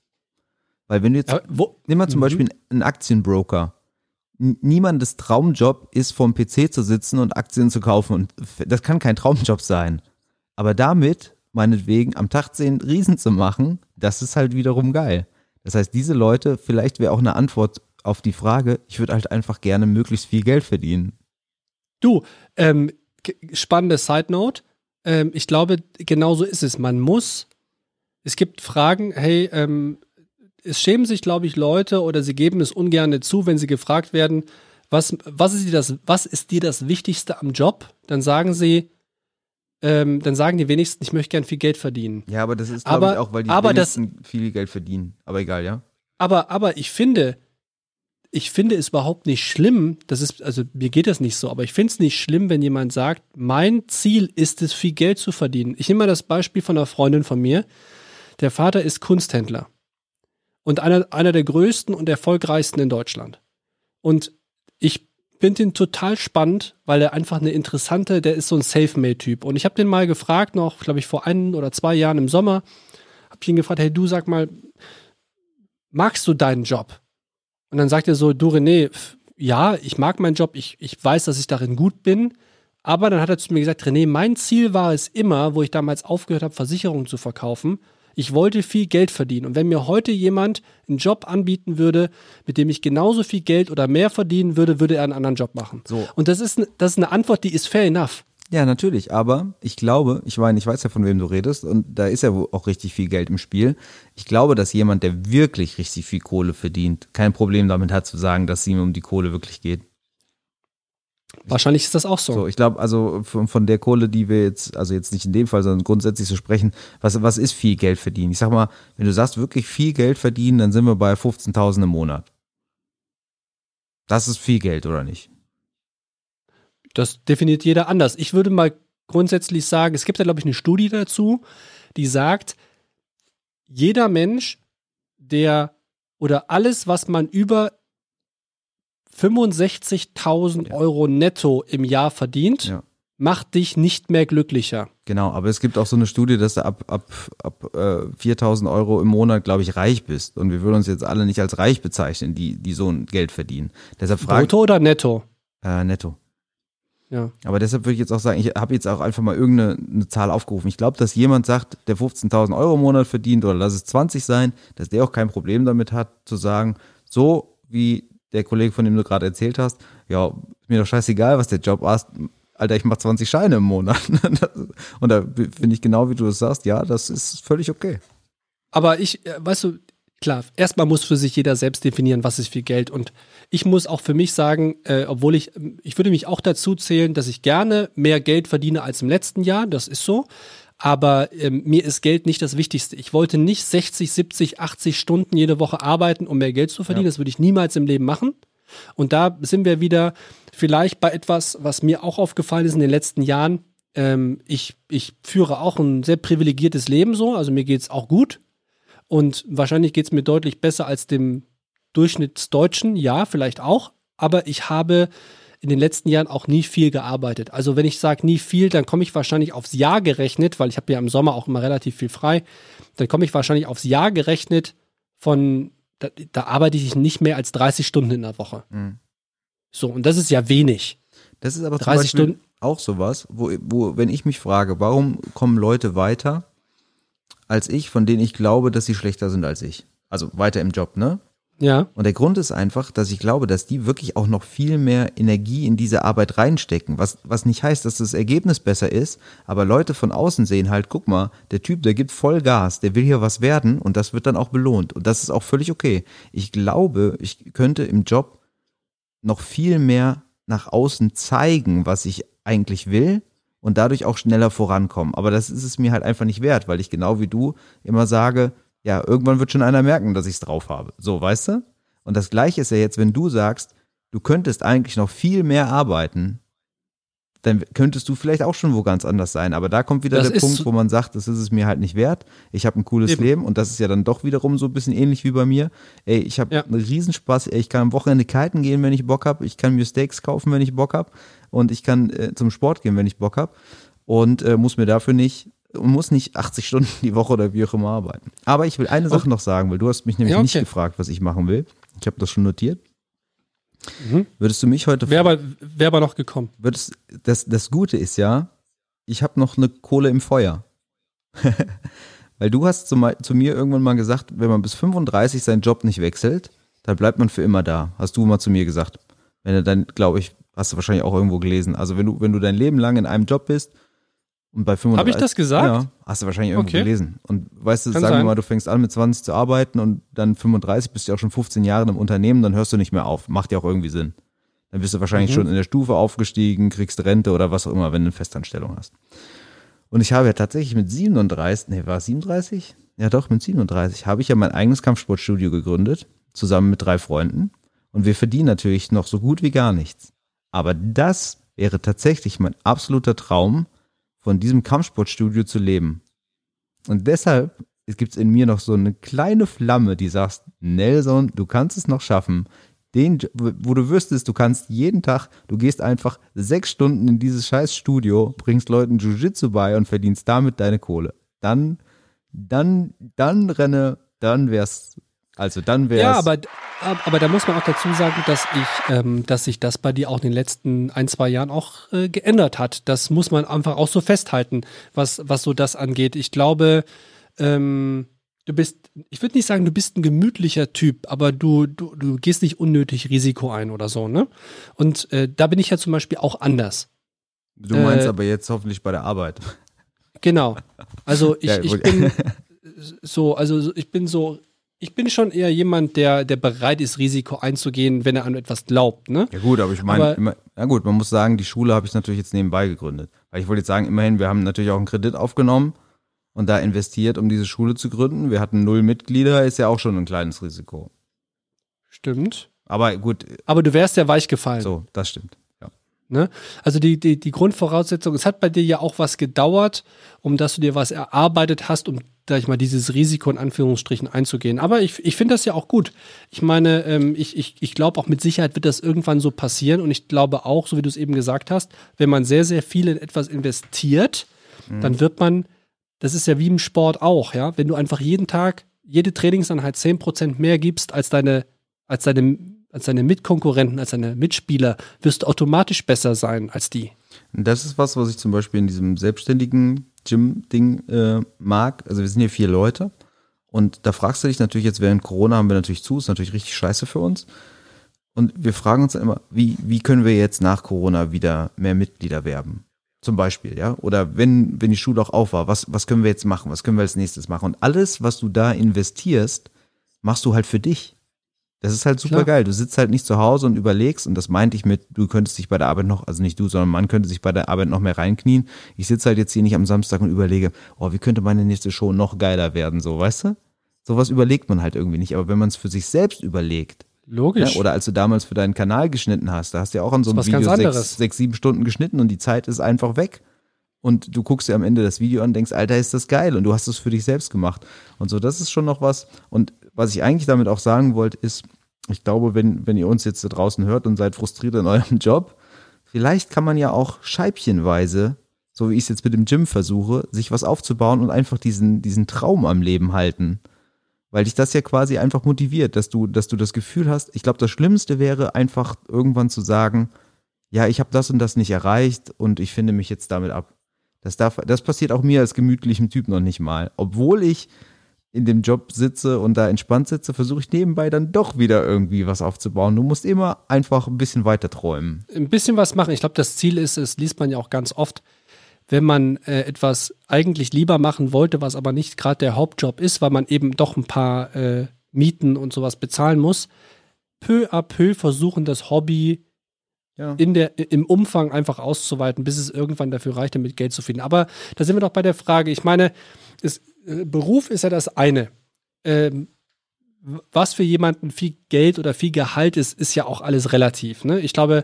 Weil wenn du jetzt,
Aber wo,
nimm mal zum
Mhm.
Beispiel einen Aktienbroker. N- Niemandes Traumjob ist, vorm P C zu sitzen und Aktien zu kaufen. Und f- das kann kein Traumjob sein. Aber damit, meinetwegen, am Tag zehn Riesen zu machen, das ist halt wiederum geil. Das heißt, diese Leute, vielleicht wäre auch eine Antwort auf die Frage, ich würde halt einfach gerne möglichst viel Geld verdienen.
Du, ähm, k- spannende Side Note. Ähm, ich glaube, genau so ist es. Man muss, es gibt Fragen, hey, ähm, es schämen sich, glaube ich, Leute oder sie geben es ungern zu, wenn sie gefragt werden, was, was, ist dir das, was ist dir das Wichtigste am Job? Dann sagen sie, ähm, dann sagen die wenigsten, ich möchte gern viel Geld verdienen.
Ja, aber das ist, glaube
Aber-
ich, auch, weil die
aber das-
wenigsten viel Geld verdienen. Aber egal, ja.
Aber, aber ich finde, ich finde es überhaupt nicht schlimm, das ist, also mir geht das nicht so, aber ich finde es nicht schlimm, wenn jemand sagt, mein Ziel ist es, viel Geld zu verdienen. Ich nehme mal das Beispiel von einer Freundin von mir. Der Vater ist Kunsthändler und einer, einer der größten und erfolgreichsten in Deutschland. Und ich finde ihn total spannend, weil er einfach eine interessante, der ist so ein Selfmade-Typ. Und ich habe den mal gefragt, noch, glaube ich, vor ein oder zwei Jahren im Sommer, habe ich ihn gefragt, hey, du sag mal, magst du deinen Job? Und dann sagt er so, du René, f- ja, ich mag meinen Job, ich, ich weiß, dass ich darin gut bin, aber dann hat er zu mir gesagt, René, mein Ziel war es immer, wo ich damals aufgehört habe, Versicherungen zu verkaufen, ich wollte viel Geld verdienen. Und wenn mir heute jemand einen Job anbieten würde, mit dem ich genauso viel Geld oder mehr verdienen würde, würde er einen anderen Job machen.
So.
Und das ist, das ist eine Antwort, die ist fair enough.
Ja, natürlich, aber ich glaube, ich meine, ich weiß ja, von wem du redest und da ist ja wohl auch richtig viel Geld im Spiel. Ich glaube, dass jemand, der wirklich richtig viel Kohle verdient, kein Problem damit hat zu sagen, dass es ihm um die Kohle wirklich geht.
Wahrscheinlich ist das auch so.
So, ich glaube, also von, von der Kohle, die wir jetzt, also jetzt nicht in dem Fall, sondern grundsätzlich so sprechen, was, was ist viel Geld verdienen? Ich sag mal, wenn du sagst, wirklich viel Geld verdienen, dann sind wir bei fünfzehntausend im Monat. Das ist viel Geld, oder nicht?
Das definiert jeder anders. Ich würde mal grundsätzlich sagen, es gibt da, glaube ich, eine Studie dazu, die sagt, jeder Mensch, der oder alles, was man über fünfundsechzigtausend
Ja.
Euro netto im Jahr verdient,
Ja.
macht dich nicht mehr glücklicher.
Genau, aber es gibt auch so eine Studie, dass du ab, ab, ab äh, viertausend Euro im Monat, glaube ich, reich bist. Und wir würden uns jetzt alle nicht als reich bezeichnen, die, die so ein Geld verdienen. Deshalb frage
Brutto oder netto?
äh, netto.
Ja.
Aber deshalb würde ich jetzt auch sagen, ich habe jetzt auch einfach mal irgendeine eine Zahl aufgerufen. Ich glaube, dass jemand sagt, der fünfzehntausend Euro im Monat verdient oder lass es zwanzig sein, dass der auch kein Problem damit hat, zu sagen, so wie der Kollege, von dem du gerade erzählt hast, ja, ist mir doch scheißegal, was der Job ist. Alter, ich mache zwanzig Scheine im Monat. Und da finde ich genau, wie du das sagst, ja, das ist völlig okay.
Aber ich, äh, weißt du, klar, erstmal muss für sich jeder selbst definieren, was ist viel Geld. Und ich muss auch für mich sagen, äh, obwohl ich, ich würde mich auch dazu zählen, dass ich gerne mehr Geld verdiene als im letzten Jahr, das ist so. Aber ähm, mir ist Geld nicht das Wichtigste. Ich wollte nicht sechzig, siebzig, achtzig Stunden jede Woche arbeiten, um mehr Geld zu verdienen.
Ja.
Das würde ich niemals im Leben machen. Und da sind wir wieder vielleicht bei etwas, was mir auch aufgefallen ist in den letzten Jahren. Ähm, ich, ich führe auch ein sehr privilegiertes Leben so, also mir geht's auch gut. Und wahrscheinlich geht's mir deutlich besser als dem Durchschnittsdeutschen, ja, vielleicht auch. Aber ich habe in den letzten Jahren auch nie viel gearbeitet. Also wenn ich sage nie viel, dann komme ich wahrscheinlich aufs Jahr gerechnet, weil ich habe ja im Sommer auch immer relativ viel frei, dann komme ich wahrscheinlich aufs Jahr gerechnet von, da, da arbeite ich nicht mehr als dreißig Stunden in der Woche.
Mhm.
So, und das ist ja wenig.
Das ist aber zum
dreißig
Beispiel
Stunden.
auch sowas, wo, wo, wenn ich mich frage, warum kommen Leute weiter als ich, von denen ich glaube, dass sie schlechter sind als ich? Also weiter im Job, ne?
Ja.
Und der Grund ist einfach, dass ich glaube, dass die wirklich auch noch viel mehr Energie in diese Arbeit reinstecken, was, was nicht heißt, dass das Ergebnis besser ist, aber Leute von außen sehen halt, guck mal, der Typ, der gibt voll Gas, der will hier was werden und das wird dann auch belohnt und das ist auch völlig okay. Ich glaube, ich könnte im Job noch viel mehr nach außen zeigen, was ich eigentlich will und dadurch auch schneller vorankommen, aber das ist es mir halt einfach nicht wert, weil ich genau wie du immer sage, ja, irgendwann wird schon einer merken, dass ich es drauf habe. So, weißt du? Und das Gleiche ist ja jetzt, wenn du sagst, du könntest eigentlich noch viel mehr arbeiten, dann könntest du vielleicht auch schon wo ganz anders sein. Aber da kommt wieder
Das
der
ist
Punkt,
so-
wo man sagt, das ist es mir halt nicht wert. Ich habe ein cooles
Eben.
Leben und das ist ja dann doch wiederum so ein bisschen ähnlich wie bei mir. Ey, ich habe
Ja.
einen Riesenspaß. Ey, ich kann am Wochenende kiten gehen, wenn ich Bock habe. Ich kann mir Steaks kaufen, wenn ich Bock habe. Und ich kann äh, zum Sport gehen, wenn ich Bock habe. Und äh, muss mir dafür nicht und muss nicht achtzig Stunden die Woche oder wie auch immer arbeiten. Aber ich will eine Sache noch sagen, weil du hast mich nämlich
ja, okay.
nicht gefragt, was ich machen will. Ich habe das schon notiert. Mhm. Würdest du mich heute...
Wäre aber, wär aber noch gekommen.
Würdest, das, das Gute ist ja, ich habe noch eine Kohle im Feuer. Weil du hast zu, zu mir irgendwann mal gesagt, wenn man bis fünfunddreißig seinen Job nicht wechselt, dann bleibt man für immer da. Hast du mal zu mir gesagt. Wenn du dann, glaube ich, hast du wahrscheinlich auch irgendwo gelesen. Also wenn du, wenn du dein Leben lang in einem Job bist und bei fünfunddreißig... Habe
ich das gesagt?
Ja, hast du wahrscheinlich irgendwo okay. gelesen. Und weißt du,
Kann
sagen
sein.
wir mal, du fängst an mit zwanzig zu arbeiten und dann fünfunddreißig, bist du ja auch schon fünfzehn Jahre im Unternehmen, dann hörst du nicht mehr auf. Macht ja auch irgendwie Sinn. Dann bist du wahrscheinlich mhm. schon in der Stufe aufgestiegen, kriegst Rente oder was auch immer, wenn du eine Festanstellung hast. Und ich habe ja tatsächlich mit siebenunddreißig, nee, war es siebenunddreißig? Ja doch, mit siebenunddreißig habe ich ja mein eigenes Kampfsportstudio gegründet, zusammen mit drei Freunden. Und wir verdienen natürlich noch so gut wie gar nichts. Aber das wäre tatsächlich mein absoluter Traum, von diesem Kampfsportstudio zu leben. Und deshalb gibt es in mir noch so eine kleine Flamme, die sagt, Nelson, du kannst es noch schaffen. Den, wo du wüsstest, du kannst jeden Tag, du gehst einfach sechs Stunden in dieses scheiß Studio, bringst Leuten Jiu-Jitsu bei und verdienst damit deine Kohle. Dann, dann, dann renne, dann wär's, also dann wär's.
Ja, aber, aber da muss man auch dazu sagen, dass ich, ähm, dass sich das bei dir auch in den letzten ein, zwei Jahren auch äh, geändert hat. Das muss man einfach auch so festhalten, was, was so das angeht. Ich glaube, ähm, Du bist, ich würde nicht sagen, du bist ein gemütlicher Typ, aber du, du, du gehst nicht unnötig Risiko ein oder so, ne? Und äh, da bin ich ja zum Beispiel auch anders.
Du meinst äh, aber jetzt hoffentlich bei der Arbeit.
Genau. Also ich,
ja,
ich bin so, also ich bin so, ich bin schon eher jemand, der, der bereit ist, Risiko einzugehen, wenn er an etwas glaubt, ne?
Ja gut, aber ich meine, ja gut, man muss sagen, die Schule habe ich natürlich jetzt nebenbei gegründet. Weil ich wollte jetzt sagen, immerhin, wir haben natürlich auch einen Kredit aufgenommen und da investiert, um diese Schule zu gründen. Wir hatten null Mitglieder, ist ja auch schon ein kleines Risiko.
Stimmt.
Aber gut.
Aber du wärst ja weich gefallen.
So, das stimmt. Ja.
Ne? Also die, die, die Grundvoraussetzung, es hat bei dir ja auch was gedauert, um dass du dir was erarbeitet hast, um, sag ich mal, dieses Risiko in Anführungsstrichen einzugehen. Aber ich, ich finde das ja auch gut. Ich meine, ähm, ich, ich, ich glaube auch mit Sicherheit wird das irgendwann so passieren und ich glaube auch, so wie du es eben gesagt hast, wenn man sehr, sehr viel in etwas investiert, mhm. dann wird man, das ist ja wie im Sport auch, ja, wenn du einfach jeden Tag, jede Trainingseinheit zehn Prozent mehr gibst als deine, als deine, als deine Mitkonkurrenten, als deine Mitspieler, wirst du automatisch besser sein als die.
Das ist was, was ich zum Beispiel in diesem selbstständigen Gym-Ding äh, mag. Also wir sind hier vier Leute und da fragst du dich natürlich jetzt, während Corona haben wir natürlich zu, ist natürlich richtig scheiße für uns. Und wir fragen uns dann immer, wie, wie können wir jetzt nach Corona wieder mehr Mitglieder werben? Zum Beispiel, ja. Oder wenn, wenn die Schule auch auf war, was, was können wir jetzt machen? Was können wir als nächstes machen? Und alles, was du da investierst, machst du halt für dich. Das ist halt super Klar. geil. Du sitzt halt nicht zu Hause und überlegst, und das meinte ich mit, du könntest dich bei der Arbeit noch, also nicht du, sondern man könnte sich bei der Arbeit noch mehr reinknien. Ich sitze halt jetzt hier nicht am Samstag und überlege, oh, wie könnte meine nächste Show noch geiler werden, so, weißt du? Sowas überlegt man halt irgendwie nicht. Aber wenn man es für sich selbst überlegt,
Logisch.
Ja, oder als du damals für deinen Kanal geschnitten hast, da hast du ja auch an so einem Video sechs, sechs, sieben Stunden geschnitten und die Zeit ist einfach weg. Und du guckst dir am Ende das Video an und denkst, Alter, ist das geil. Und du hast es für dich selbst gemacht. Und so, das ist schon noch was. Und was ich eigentlich damit auch sagen wollte, ist, ich glaube, wenn, wenn ihr uns jetzt da draußen hört und seid frustriert in eurem Job, vielleicht kann man ja auch scheibchenweise, so wie ich es jetzt mit dem Gym versuche, sich was aufzubauen und einfach diesen, diesen Traum am Leben halten. Weil dich das ja quasi einfach motiviert, dass du, dass du das Gefühl hast, ich glaube, das Schlimmste wäre einfach irgendwann zu sagen, ja, ich habe das und das nicht erreicht und ich finde mich jetzt damit ab. Das darf, das passiert auch mir als gemütlichem Typ noch nicht mal. Obwohl ich in dem Job sitze und da entspannt sitze, versuche ich nebenbei dann doch wieder irgendwie was aufzubauen. Du musst immer einfach ein bisschen weiter träumen.
Ein bisschen was machen. Ich glaube, das Ziel ist, das liest man ja auch ganz oft, wenn man äh, etwas eigentlich lieber machen wollte, was aber nicht gerade der Hauptjob ist, weil man eben doch ein paar äh, Mieten und sowas bezahlen muss, peu à peu versuchen, das Hobby ja. in der, im Umfang einfach auszuweiten, bis es irgendwann dafür reicht, damit Geld zu verdienen. Aber da sind wir doch bei der Frage, ich meine, es, äh, Beruf ist ja das eine. Ähm, was für jemanden viel Geld oder viel Gehalt ist, ist ja auch alles relativ. Ne? Ich glaube,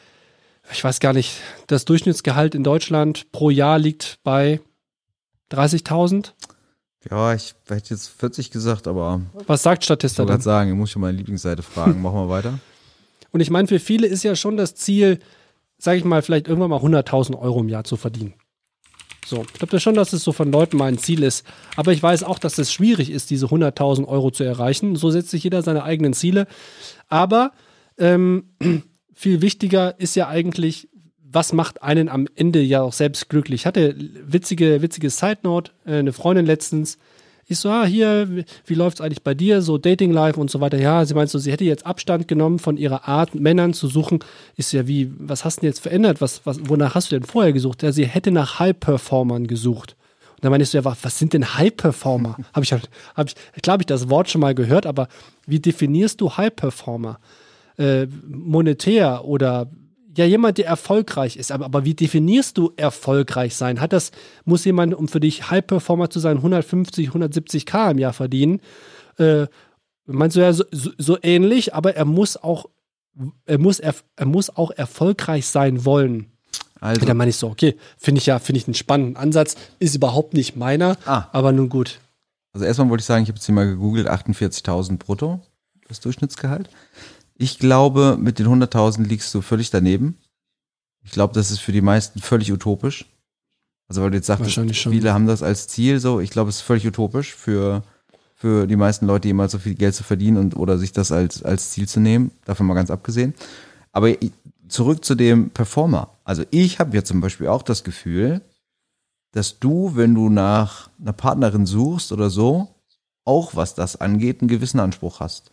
ich weiß gar nicht, das Durchschnittsgehalt in Deutschland pro Jahr liegt bei dreißigtausend?
Ja, ich hätte jetzt vierzig gesagt, aber
was sagt Statista
denn? Ich wollte
dann?
gerade sagen, ich muss schon meine Lieblingsseite fragen. Machen wir weiter.
Und ich meine, für viele ist ja schon das Ziel, sage ich mal, vielleicht irgendwann mal hunderttausend Euro im Jahr zu verdienen. So, ich glaube schon, dass es so von Leuten mal ein Ziel ist. Aber ich weiß auch, dass es schwierig ist, diese hunderttausend Euro zu erreichen. So setzt sich jeder seine eigenen Ziele. Aber ähm, viel wichtiger ist ja eigentlich, was macht einen am Ende ja auch selbst glücklich. Ich hatte witzige, witzige Side-Note, äh, eine Freundin letztens. Ich so, ah, hier, wie, wie läuft's eigentlich bei dir? So Dating-Life und so weiter. Ja, sie meint so, sie hätte jetzt Abstand genommen von ihrer Art, Männern zu suchen. Ist ja wie, was hast du denn jetzt verändert? Was, was, wonach hast du denn vorher gesucht? Ja, sie hätte nach High-Performern gesucht. Und dann meinst du ja, was sind denn High-Performer? Hab ich, hab ich, klar habe ich das Wort schon mal gehört, aber wie definierst du High-Performer? Äh, monetär oder ja, jemand, der erfolgreich ist. Aber, aber wie definierst du erfolgreich sein? Hat das, muss jemand, um für dich High-Performer zu sein, hundertfünfzig, hundertsiebzig K im Jahr verdienen? Äh, meinst du ja so, so, so ähnlich, aber er muss auch, er muss, er, er muss auch erfolgreich sein wollen. Also. Da meine ich so, okay, finde ich ja, finde ich einen spannenden Ansatz, ist überhaupt nicht meiner, ah. aber nun gut.
Also erstmal wollte ich sagen, ich habe jetzt hier mal gegoogelt, achtundvierzigtausend brutto, das Durchschnittsgehalt. Ich glaube, mit den hunderttausend liegst du völlig daneben. Ich glaube, das ist für die meisten völlig utopisch. Also weil du jetzt sagst, viele haben das als Ziel so. Ich glaube, es ist völlig utopisch für, für die meisten Leute, jemals so viel Geld zu verdienen und oder sich das als, als Ziel zu nehmen. Davon mal ganz abgesehen. Aber zurück zu dem Performer. Also ich habe ja zum Beispiel auch das Gefühl, dass du, wenn du nach einer Partnerin suchst oder so, auch was das angeht, einen gewissen Anspruch hast.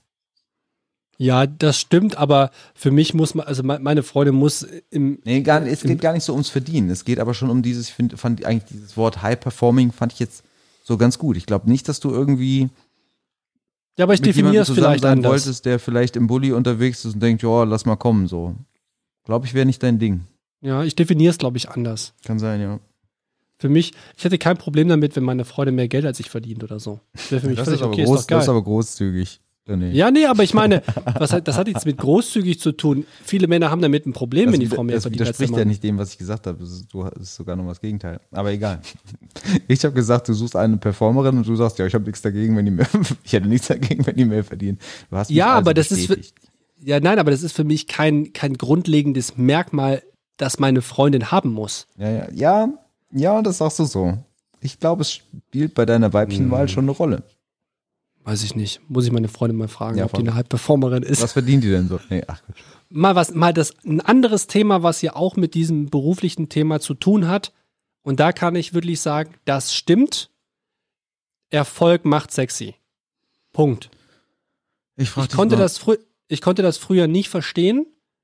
Ja, das stimmt, aber für mich muss man, also meine Freundin muss im...
Nee, gar, es geht gar nicht so ums Verdienen. Es geht aber schon um dieses, ich find, fand eigentlich dieses Wort High Performing fand ich jetzt so ganz gut. Ich glaube nicht, dass du irgendwie
ja, aber ich definiere es vielleicht
sein
anders.
wolltest, der vielleicht im Bulli unterwegs ist und denkt, ja, lass mal kommen, so. Glaube ich, wäre nicht dein Ding.
Ja, ich definiere es, glaube ich, anders.
Kann sein, ja.
Für mich, ich hätte kein Problem damit, wenn meine Freundin mehr Geld als ich verdient oder so. Das wäre für mich
das
völlig
ist
okay,
groß,
ist doch geil.
Das ist aber großzügig. Nee.
Ja, nee, aber ich meine, was hat, das hat nichts mit großzügig zu tun. Viele Männer haben damit ein Problem,
das
wenn die Frau mehr
das
verdient als der
widerspricht
Mann.
ja nicht dem, was ich gesagt habe. Das ist, du, das ist sogar noch das Gegenteil. Aber egal. Ich habe gesagt, du suchst eine Performerin und du sagst, ja, ich habe nichts dagegen, wenn die mehr, ich hätte nichts dagegen, wenn die mehr verdienen. Du hast mich
ja,
also
aber das
bestätigt.
ist, für, ja, nein, aber das ist für mich kein, kein grundlegendes Merkmal, das meine Freundin haben muss.
Ja, ja, ja, ja, das sagst du so. Ich glaube, es spielt bei deiner Weibchenwahl hm. schon eine Rolle.
Weiß ich nicht. Muss ich meine Freundin mal fragen,
ja,
ob die eine High-Performerin ist.
Was verdient die denn so? Nee, ach Gott.
Mal was, mal das, ein anderes Thema, was ja auch mit diesem beruflichen Thema zu tun hat. Und da kann ich wirklich sagen, das stimmt. Erfolg macht sexy. Punkt.
Ich,
ich, konnte das frü- ich konnte das früher nicht verstehen,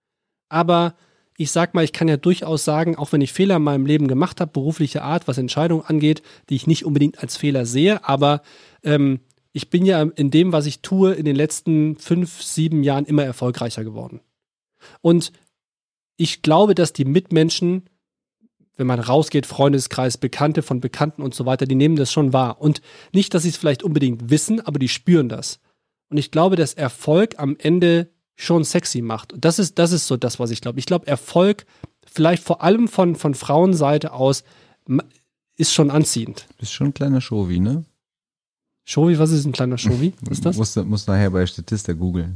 aber ich sag mal, ich kann ja durchaus sagen, auch wenn ich Fehler in meinem Leben gemacht habe, berufliche Art, was Entscheidungen angeht, die ich nicht unbedingt als Fehler sehe, aber ähm, ich bin ja in dem, was ich tue, in den letzten fünf, sieben Jahren immer erfolgreicher geworden. Und ich glaube, dass die Mitmenschen, wenn man rausgeht, Freundeskreis, Bekannte von Bekannten und so weiter, die nehmen das schon wahr. Und nicht, dass sie es vielleicht unbedingt wissen, aber die spüren das. Und ich glaube, dass Erfolg am Ende schon sexy macht. Und das ist, das ist so das, was ich glaube. Ich glaube, Erfolg, vielleicht vor allem von, von Frauenseite aus, ist schon anziehend.
Du bist schon ein kleiner Shovi, ne?
Shovi, was ist ein kleiner Shovi? Was ist das?
Musst, musst nachher bei Statista googeln.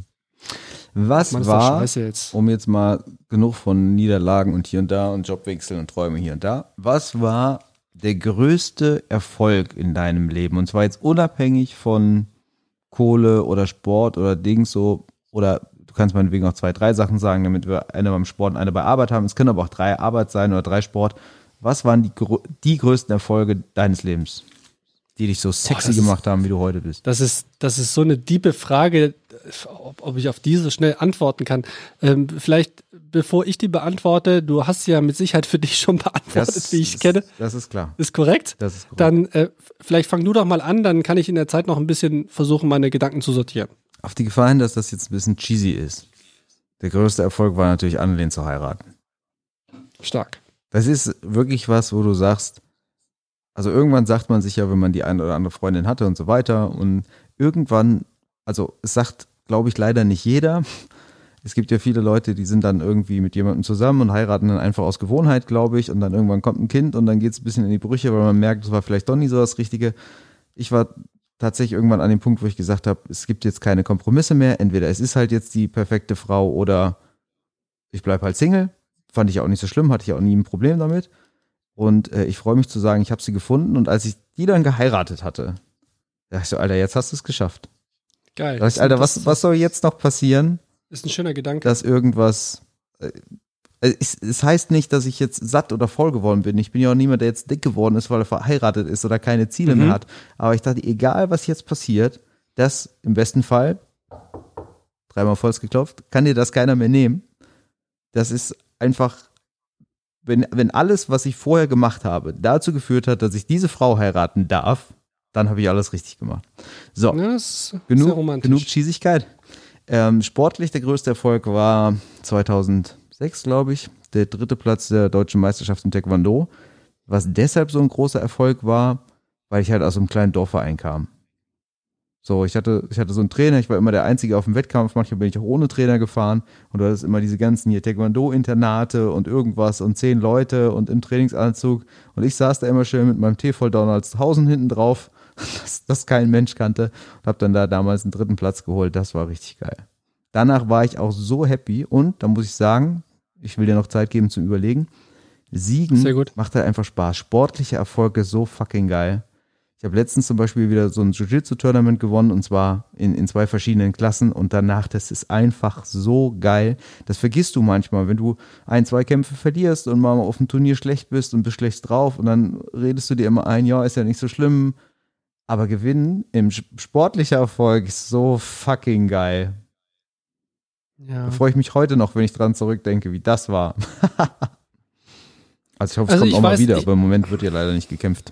Was Mann, war, jetzt. um jetzt mal genug von Niederlagen und hier und da und Jobwechsel und Träume hier und da, was war der größte Erfolg in deinem Leben? Und zwar jetzt unabhängig von Kohle oder Sport oder Dings so, oder du kannst meinetwegen auch zwei, drei Sachen sagen, damit wir eine beim Sport und eine bei Arbeit haben. Es können aber auch drei Arbeit sein oder drei Sport. Was waren die, die größten Erfolge deines Lebens, die dich so sexy Boah, gemacht ist, haben, wie du heute bist?
Das ist, das ist so eine tiefe Frage, ob, ob ich auf diese schnell antworten kann. Ähm, vielleicht, bevor ich die beantworte, du hast sie ja mit Sicherheit für dich schon beantwortet,
das,
wie ich
das,
kenne.
Das ist klar.
Ist korrekt?
Das ist korrekt.
Dann äh, vielleicht fang du doch mal an, dann kann ich in der Zeit noch ein bisschen versuchen, meine Gedanken zu sortieren.
Auf die Gefahr hin, dass das jetzt ein bisschen cheesy ist. Der größte Erfolg war natürlich, Annelien zu heiraten.
Stark.
Das ist wirklich was, wo du sagst, also irgendwann sagt man sich ja, wenn man die eine oder andere Freundin hatte und so weiter, und irgendwann, also es sagt, glaube ich, leider nicht jeder. Es gibt ja viele Leute, die sind dann irgendwie mit jemandem zusammen und heiraten dann einfach aus Gewohnheit, glaube ich, und dann irgendwann kommt ein Kind und dann geht es ein bisschen in die Brüche, weil man merkt, das war vielleicht doch nicht so das Richtige. Ich war tatsächlich irgendwann an dem Punkt, wo ich gesagt habe, es gibt jetzt keine Kompromisse mehr, entweder es ist halt jetzt die perfekte Frau oder ich bleibe halt Single. Fand ich auch nicht so schlimm, hatte ich auch nie ein Problem damit. Und äh, ich freue mich zu sagen, ich habe sie gefunden. Und als ich die dann geheiratet hatte, dachte ich so, Alter, jetzt hast du es geschafft.
Geil.
Da dachte ich, Alter, was, was soll jetzt noch passieren?
Ist ein schöner Gedanke.
Dass irgendwas... Äh, es, es heißt nicht, dass ich jetzt satt oder voll geworden bin. Ich bin ja auch niemand, der jetzt dick geworden ist, weil er verheiratet ist oder keine Ziele
Mhm.
mehr hat. Aber ich dachte, egal was jetzt passiert, das im besten Fall, dreimal volles geklopft, kann dir das keiner mehr nehmen. Das ist einfach, wenn, wenn alles, was ich vorher gemacht habe, dazu geführt hat, dass ich diese Frau heiraten darf, dann habe ich alles richtig gemacht. So,
Ja, das ist sehr
genug,
romantisch.
genug Cheesigkeit. Ähm, sportlich der größte Erfolg war zweitausendsechs, glaube ich, der dritte Platz der deutschen Meisterschaft im Taekwondo, was deshalb so ein großer Erfolg war, weil ich halt aus einem kleinen Dorfverein kam. So, ich hatte, ich hatte so einen Trainer, ich war immer der Einzige auf dem Wettkampf, manchmal bin ich auch ohne Trainer gefahren und du hattest immer diese ganzen hier Taekwondo-Internate und irgendwas und zehn Leute und im Trainingsanzug und ich saß da immer schön mit meinem Tee voll Donaldshausen hinten drauf, das, das kein Mensch kannte und habe dann da damals einen dritten Platz geholt, das war richtig geil. Danach war ich auch so happy und, da muss ich sagen, ich will dir noch Zeit geben zum Überlegen, Siegen
Sehr gut.
macht halt einfach Spaß, sportliche Erfolge so fucking geil. Ich habe letztens zum Beispiel wieder so ein Jiu-Jitsu-Tournament gewonnen und zwar in, in zwei verschiedenen Klassen und danach, das ist einfach so geil. Das vergisst du manchmal, wenn du ein, zwei Kämpfe verlierst und mal auf dem Turnier schlecht bist und bist schlecht drauf und dann redest du dir immer ein, ja, ist ja nicht so schlimm. Aber gewinnen im sportlicher Erfolg ist so fucking geil.
Ja.
Da freue ich mich heute noch, wenn ich dran zurückdenke, wie das war. Also ich hoffe, es
Also
kommt
ich
auch mal
weiß,
wieder,
ich-
aber im Moment wird ja leider nicht gekämpft.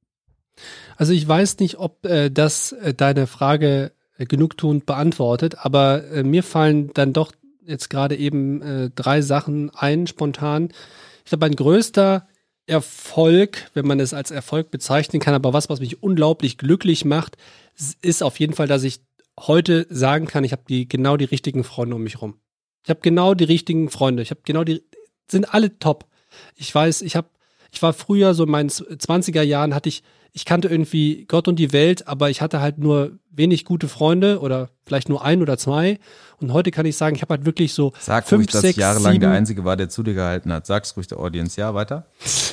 Also ich weiß nicht, ob äh, das äh, deine Frage äh, genugtuend beantwortet, aber äh, mir fallen dann doch jetzt gerade eben äh, drei Sachen ein, spontan. Ich glaube, mein größter Erfolg, wenn man es als Erfolg bezeichnen kann, aber was, was mich unglaublich glücklich macht, s- ist auf jeden Fall, dass ich heute sagen kann, ich habe die genau die richtigen Freunde um mich rum. Ich habe genau die richtigen Freunde. Ich habe genau die, sind alle top. Ich weiß, ich habe, ich war früher so in meinen zwanziger Jahren hatte ich, ich kannte irgendwie Gott und die Welt, aber ich hatte halt nur wenig gute Freunde oder vielleicht nur ein oder zwei. Und heute kann ich sagen, ich habe halt wirklich so
Sag
fünf,
ruhig, dass
sechs,
ich jahrelang
sieben,
der Einzige war, der zu dir gehalten hat. Sag's ruhig der Audience. Ja, weiter.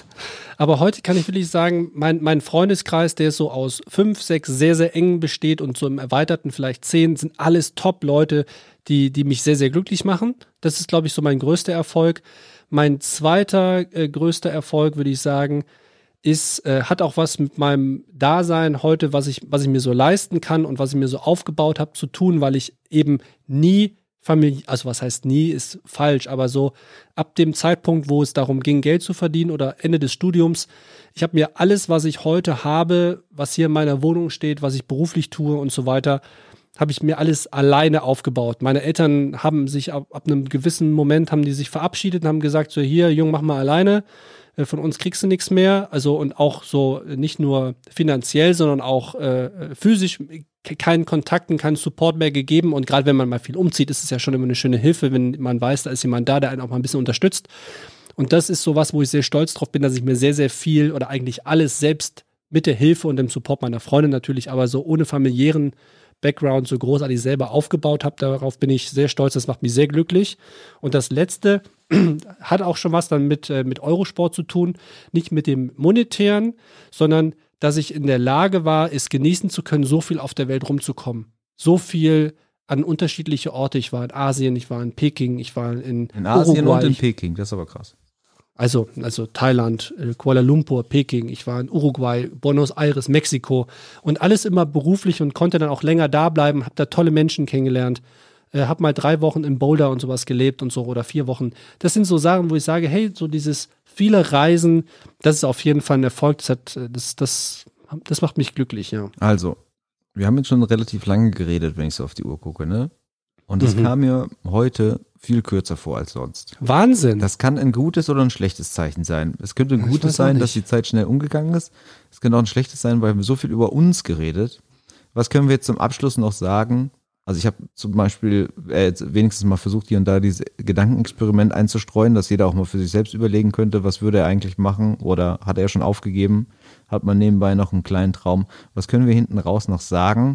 Aber heute kann ich wirklich sagen, mein, mein Freundeskreis, der so aus fünf, sechs sehr, sehr engen besteht und so im Erweiterten vielleicht zehn, sind alles Top-Leute, die, die mich sehr, sehr glücklich machen. Das ist, glaube ich, so mein größter Erfolg. Mein zweiter äh, größter Erfolg, würde ich sagen, ist, äh, hat auch was mit meinem Dasein heute, was ich, was ich mir so leisten kann und was ich mir so aufgebaut habe, zu tun, weil ich eben nie Familie, also was heißt nie, ist falsch, aber so ab dem Zeitpunkt, wo es darum ging, Geld zu verdienen oder Ende des Studiums, ich habe mir alles, was ich heute habe, was hier in meiner Wohnung steht, was ich beruflich tue und so weiter, habe ich mir alles alleine aufgebaut. Meine Eltern haben sich ab, ab einem gewissen Moment, haben die sich verabschiedet und haben gesagt, so hier, Jung, mach mal alleine. Äh, Von uns kriegst du nichts mehr. Also und auch so äh, nicht nur finanziell, sondern auch äh, physisch ke- keinen Kontakten, keinen Support mehr gegeben. Und gerade wenn man mal viel umzieht, ist es ja schon immer eine schöne Hilfe, wenn man weiß, da ist jemand da, der einen auch mal ein bisschen unterstützt. Und das ist sowas, wo ich sehr stolz drauf bin, dass ich mir sehr, sehr viel oder eigentlich alles selbst mit der Hilfe und dem Support meiner Freunde natürlich, aber so ohne familiären Background so großartig selber aufgebaut habe. Darauf bin ich sehr stolz, das macht mich sehr glücklich. Und das Letzte hat auch schon was dann mit, äh, mit Eurosport zu tun, nicht mit dem Monetären, sondern dass ich in der Lage war, es genießen zu können, so viel auf der Welt rumzukommen. So viel an unterschiedliche Orte. Ich war in Asien, ich war in Peking, ich war in,
In Asien
Uruguay.
und in Peking, das ist aber krass.
Also, also Thailand, äh, Kuala Lumpur, Peking, ich war in Uruguay, Buenos Aires, Mexiko und alles immer beruflich und konnte dann auch länger da bleiben, habe da tolle Menschen kennengelernt, äh, habe mal drei Wochen in Boulder und sowas gelebt und so oder vier Wochen. Das sind so Sachen, wo ich sage, hey, so dieses viele Reisen, das ist auf jeden Fall ein Erfolg, das hat, äh, das, das, das macht mich glücklich, ja.
Also, wir haben jetzt schon relativ lange geredet, wenn ich so auf die Uhr gucke, ne? Und es
Mhm.
kam mir heute viel kürzer vor als sonst.
Wahnsinn.
Das kann ein gutes oder ein schlechtes Zeichen sein. Es könnte ein
Ich
gutes
weiß auch
sein,
nicht.
dass die Zeit schnell umgegangen ist. Es könnte auch ein schlechtes sein, weil wir haben so viel über uns geredet. Was können wir jetzt zum Abschluss noch sagen? Also ich habe zum Beispiel äh, jetzt wenigstens mal versucht, hier und da dieses Gedankenexperiment einzustreuen, dass jeder auch mal für sich selbst überlegen könnte, was würde er eigentlich machen oder hat er schon aufgegeben? Hat man nebenbei noch einen kleinen Traum? Was können wir hinten raus noch sagen,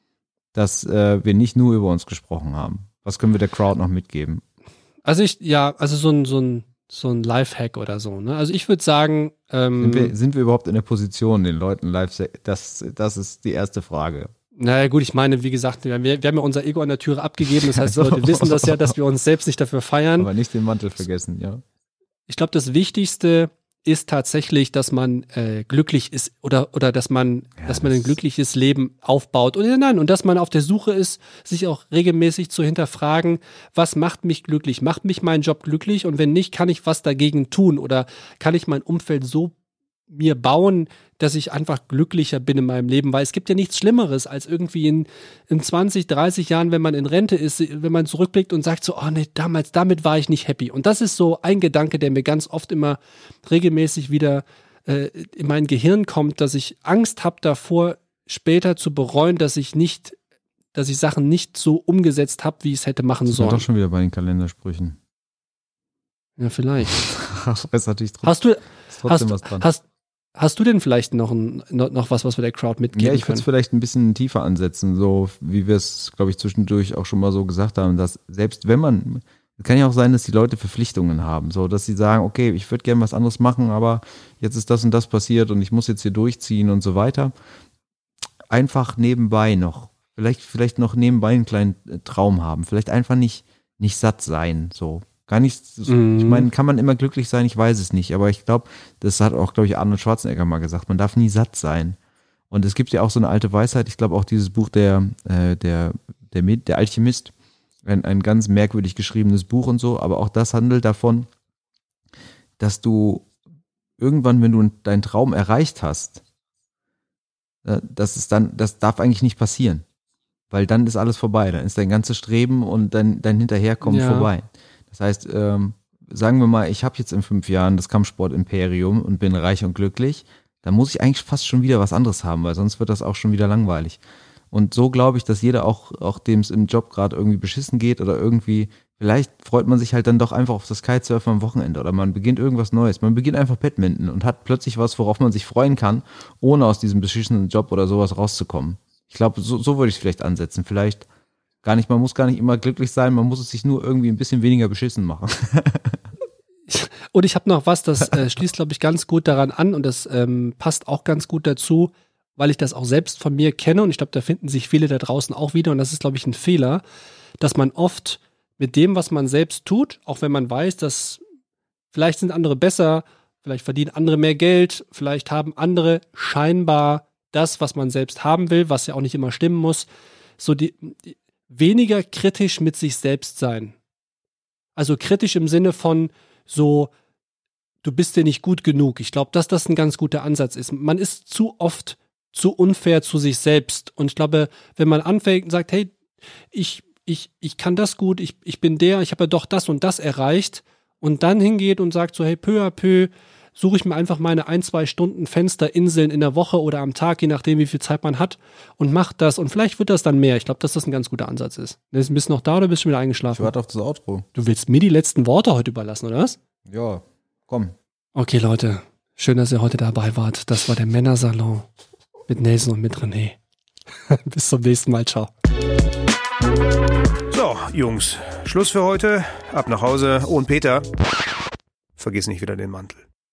dass äh, wir nicht nur über uns gesprochen haben? Was können wir der Crowd noch mitgeben?
Also ich, ja, also so ein, so ein so ein Lifehack oder so. Ne? Also ich würde sagen, ähm,
sind, wir, sind wir überhaupt in der Position, den Leuten Lifehack? Das, das ist die erste Frage.
Naja gut, ich meine, wie gesagt, wir, wir haben ja unser Ego an der Türe abgegeben. Das heißt, die Leute wissen das ja, dass wir uns selbst nicht dafür feiern.
Aber nicht den Mantel vergessen, ja.
Ich glaube, das Wichtigste ist tatsächlich, dass man äh, glücklich ist oder oder dass man
Ja,
dass man ein
das-
glückliches Leben aufbaut und nein und dass man auf der Suche ist, sich auch regelmäßig zu hinterfragen, was macht mich glücklich, macht mich mein Job glücklich und wenn nicht, kann ich was dagegen tun oder kann ich mein Umfeld so mir bauen, dass ich einfach glücklicher bin in meinem Leben, weil es gibt ja nichts Schlimmeres als irgendwie in, in zwanzig, dreißig Jahren, wenn man in Rente ist, wenn man zurückblickt und sagt so, oh nee, damals, damit war ich nicht happy. Und das ist so ein Gedanke, der mir ganz oft immer regelmäßig wieder äh, in mein Gehirn kommt, dass ich Angst habe davor, später zu bereuen, dass ich nicht, dass ich Sachen nicht so umgesetzt habe, wie ich es hätte machen
Das sind wir
sollen.
doch schon wieder bei den Kalendersprüchen.
Ja, vielleicht.
Das ist natürlich trotzdem,
Hast du,
ist trotzdem
hast,
was dran.
hast, hast du denn vielleicht noch, ein, noch, noch was, was wir der Crowd mitgeben
Ja, ich würde
können?
es vielleicht ein bisschen tiefer ansetzen, so wie wir es, glaube ich, zwischendurch auch schon mal so gesagt haben, dass selbst wenn man, kann ja auch sein, dass die Leute Verpflichtungen haben, so dass sie sagen, okay, ich würde gerne was anderes machen, aber jetzt ist das und das passiert und ich muss jetzt hier durchziehen und so weiter. Einfach nebenbei noch, vielleicht, vielleicht noch nebenbei einen kleinen äh, Traum haben, vielleicht einfach nicht, nicht satt sein, so. Gar nicht, so,
Mhm.
ich meine, kann man immer glücklich sein, ich weiß es nicht, aber ich glaube, das hat auch, glaube ich, Arnold Schwarzenegger mal gesagt, man darf nie satt sein. Und es gibt ja auch so eine alte Weisheit, ich glaube auch dieses Buch, der, äh, der, der, Med- der Alchemist, ein, ein ganz merkwürdig geschriebenes Buch und so, aber auch das handelt davon, dass du irgendwann, wenn du deinen Traum erreicht hast, äh, das ist dann, das darf eigentlich nicht passieren. Weil dann ist alles vorbei, dann ist dein ganzes Streben und dein, dein Hinterherkommen
Ja.
vorbei. Das heißt, ähm, sagen wir mal, ich habe jetzt in fünf Jahren das Kampfsport-Imperium und bin reich und glücklich, dann muss ich eigentlich fast schon wieder was anderes haben, weil sonst wird das auch schon wieder langweilig. Und so glaube ich, dass jeder auch, auch dem es im Job gerade irgendwie beschissen geht oder irgendwie, vielleicht freut man sich halt dann doch einfach auf das Kitesurfen am Wochenende oder man beginnt irgendwas Neues. Man beginnt einfach Badminton und hat plötzlich was, worauf man sich freuen kann, ohne aus diesem beschissenen Job oder sowas rauszukommen. Ich glaube, so, so würde ich es vielleicht ansetzen. Vielleicht gar nicht, man muss gar nicht immer glücklich sein, man muss es sich nur irgendwie ein bisschen weniger beschissen machen.
Und ich habe noch was, das äh, schließt, glaube ich, ganz gut daran an und das ähm, passt auch ganz gut dazu, weil ich das auch selbst von mir kenne und ich glaube, da finden sich viele da draußen auch wieder und das ist, glaube ich, ein Fehler, dass man oft mit dem, was man selbst tut, auch wenn man weiß, dass vielleicht sind andere besser, vielleicht verdienen andere mehr Geld, vielleicht haben andere scheinbar das, was man selbst haben will, was ja auch nicht immer stimmen muss, so die, die weniger kritisch mit sich selbst sein. Also kritisch im Sinne von so, du bist dir nicht gut genug. Ich glaube, dass das ein ganz guter Ansatz ist. Man ist zu oft zu unfair zu sich selbst. Und ich glaube, wenn man anfängt und sagt, hey, ich, ich, ich kann das gut, ich, ich bin der, ich habe ja doch das und das erreicht und dann hingeht und sagt so, hey, peu à peu suche ich mir einfach meine ein, zwei Stunden Fensterinseln in der Woche oder am Tag, je nachdem, wie viel Zeit man hat und macht das und vielleicht wird das dann mehr. Ich glaube, dass das ein ganz guter Ansatz ist. Bist du noch da oder bist du schon wieder
Ich
eingeschlafen?
warte auf das Outro.
Du willst mir die letzten Worte heute überlassen, oder was?
Ja, komm.
Okay, Leute, schön, dass ihr heute dabei wart. Das war der Männersalon mit Nelson und mit René. Bis zum nächsten Mal, ciao.
So, Jungs, Schluss für heute. Ab nach Hause. Oh, und Peter, vergiss nicht wieder den Mantel.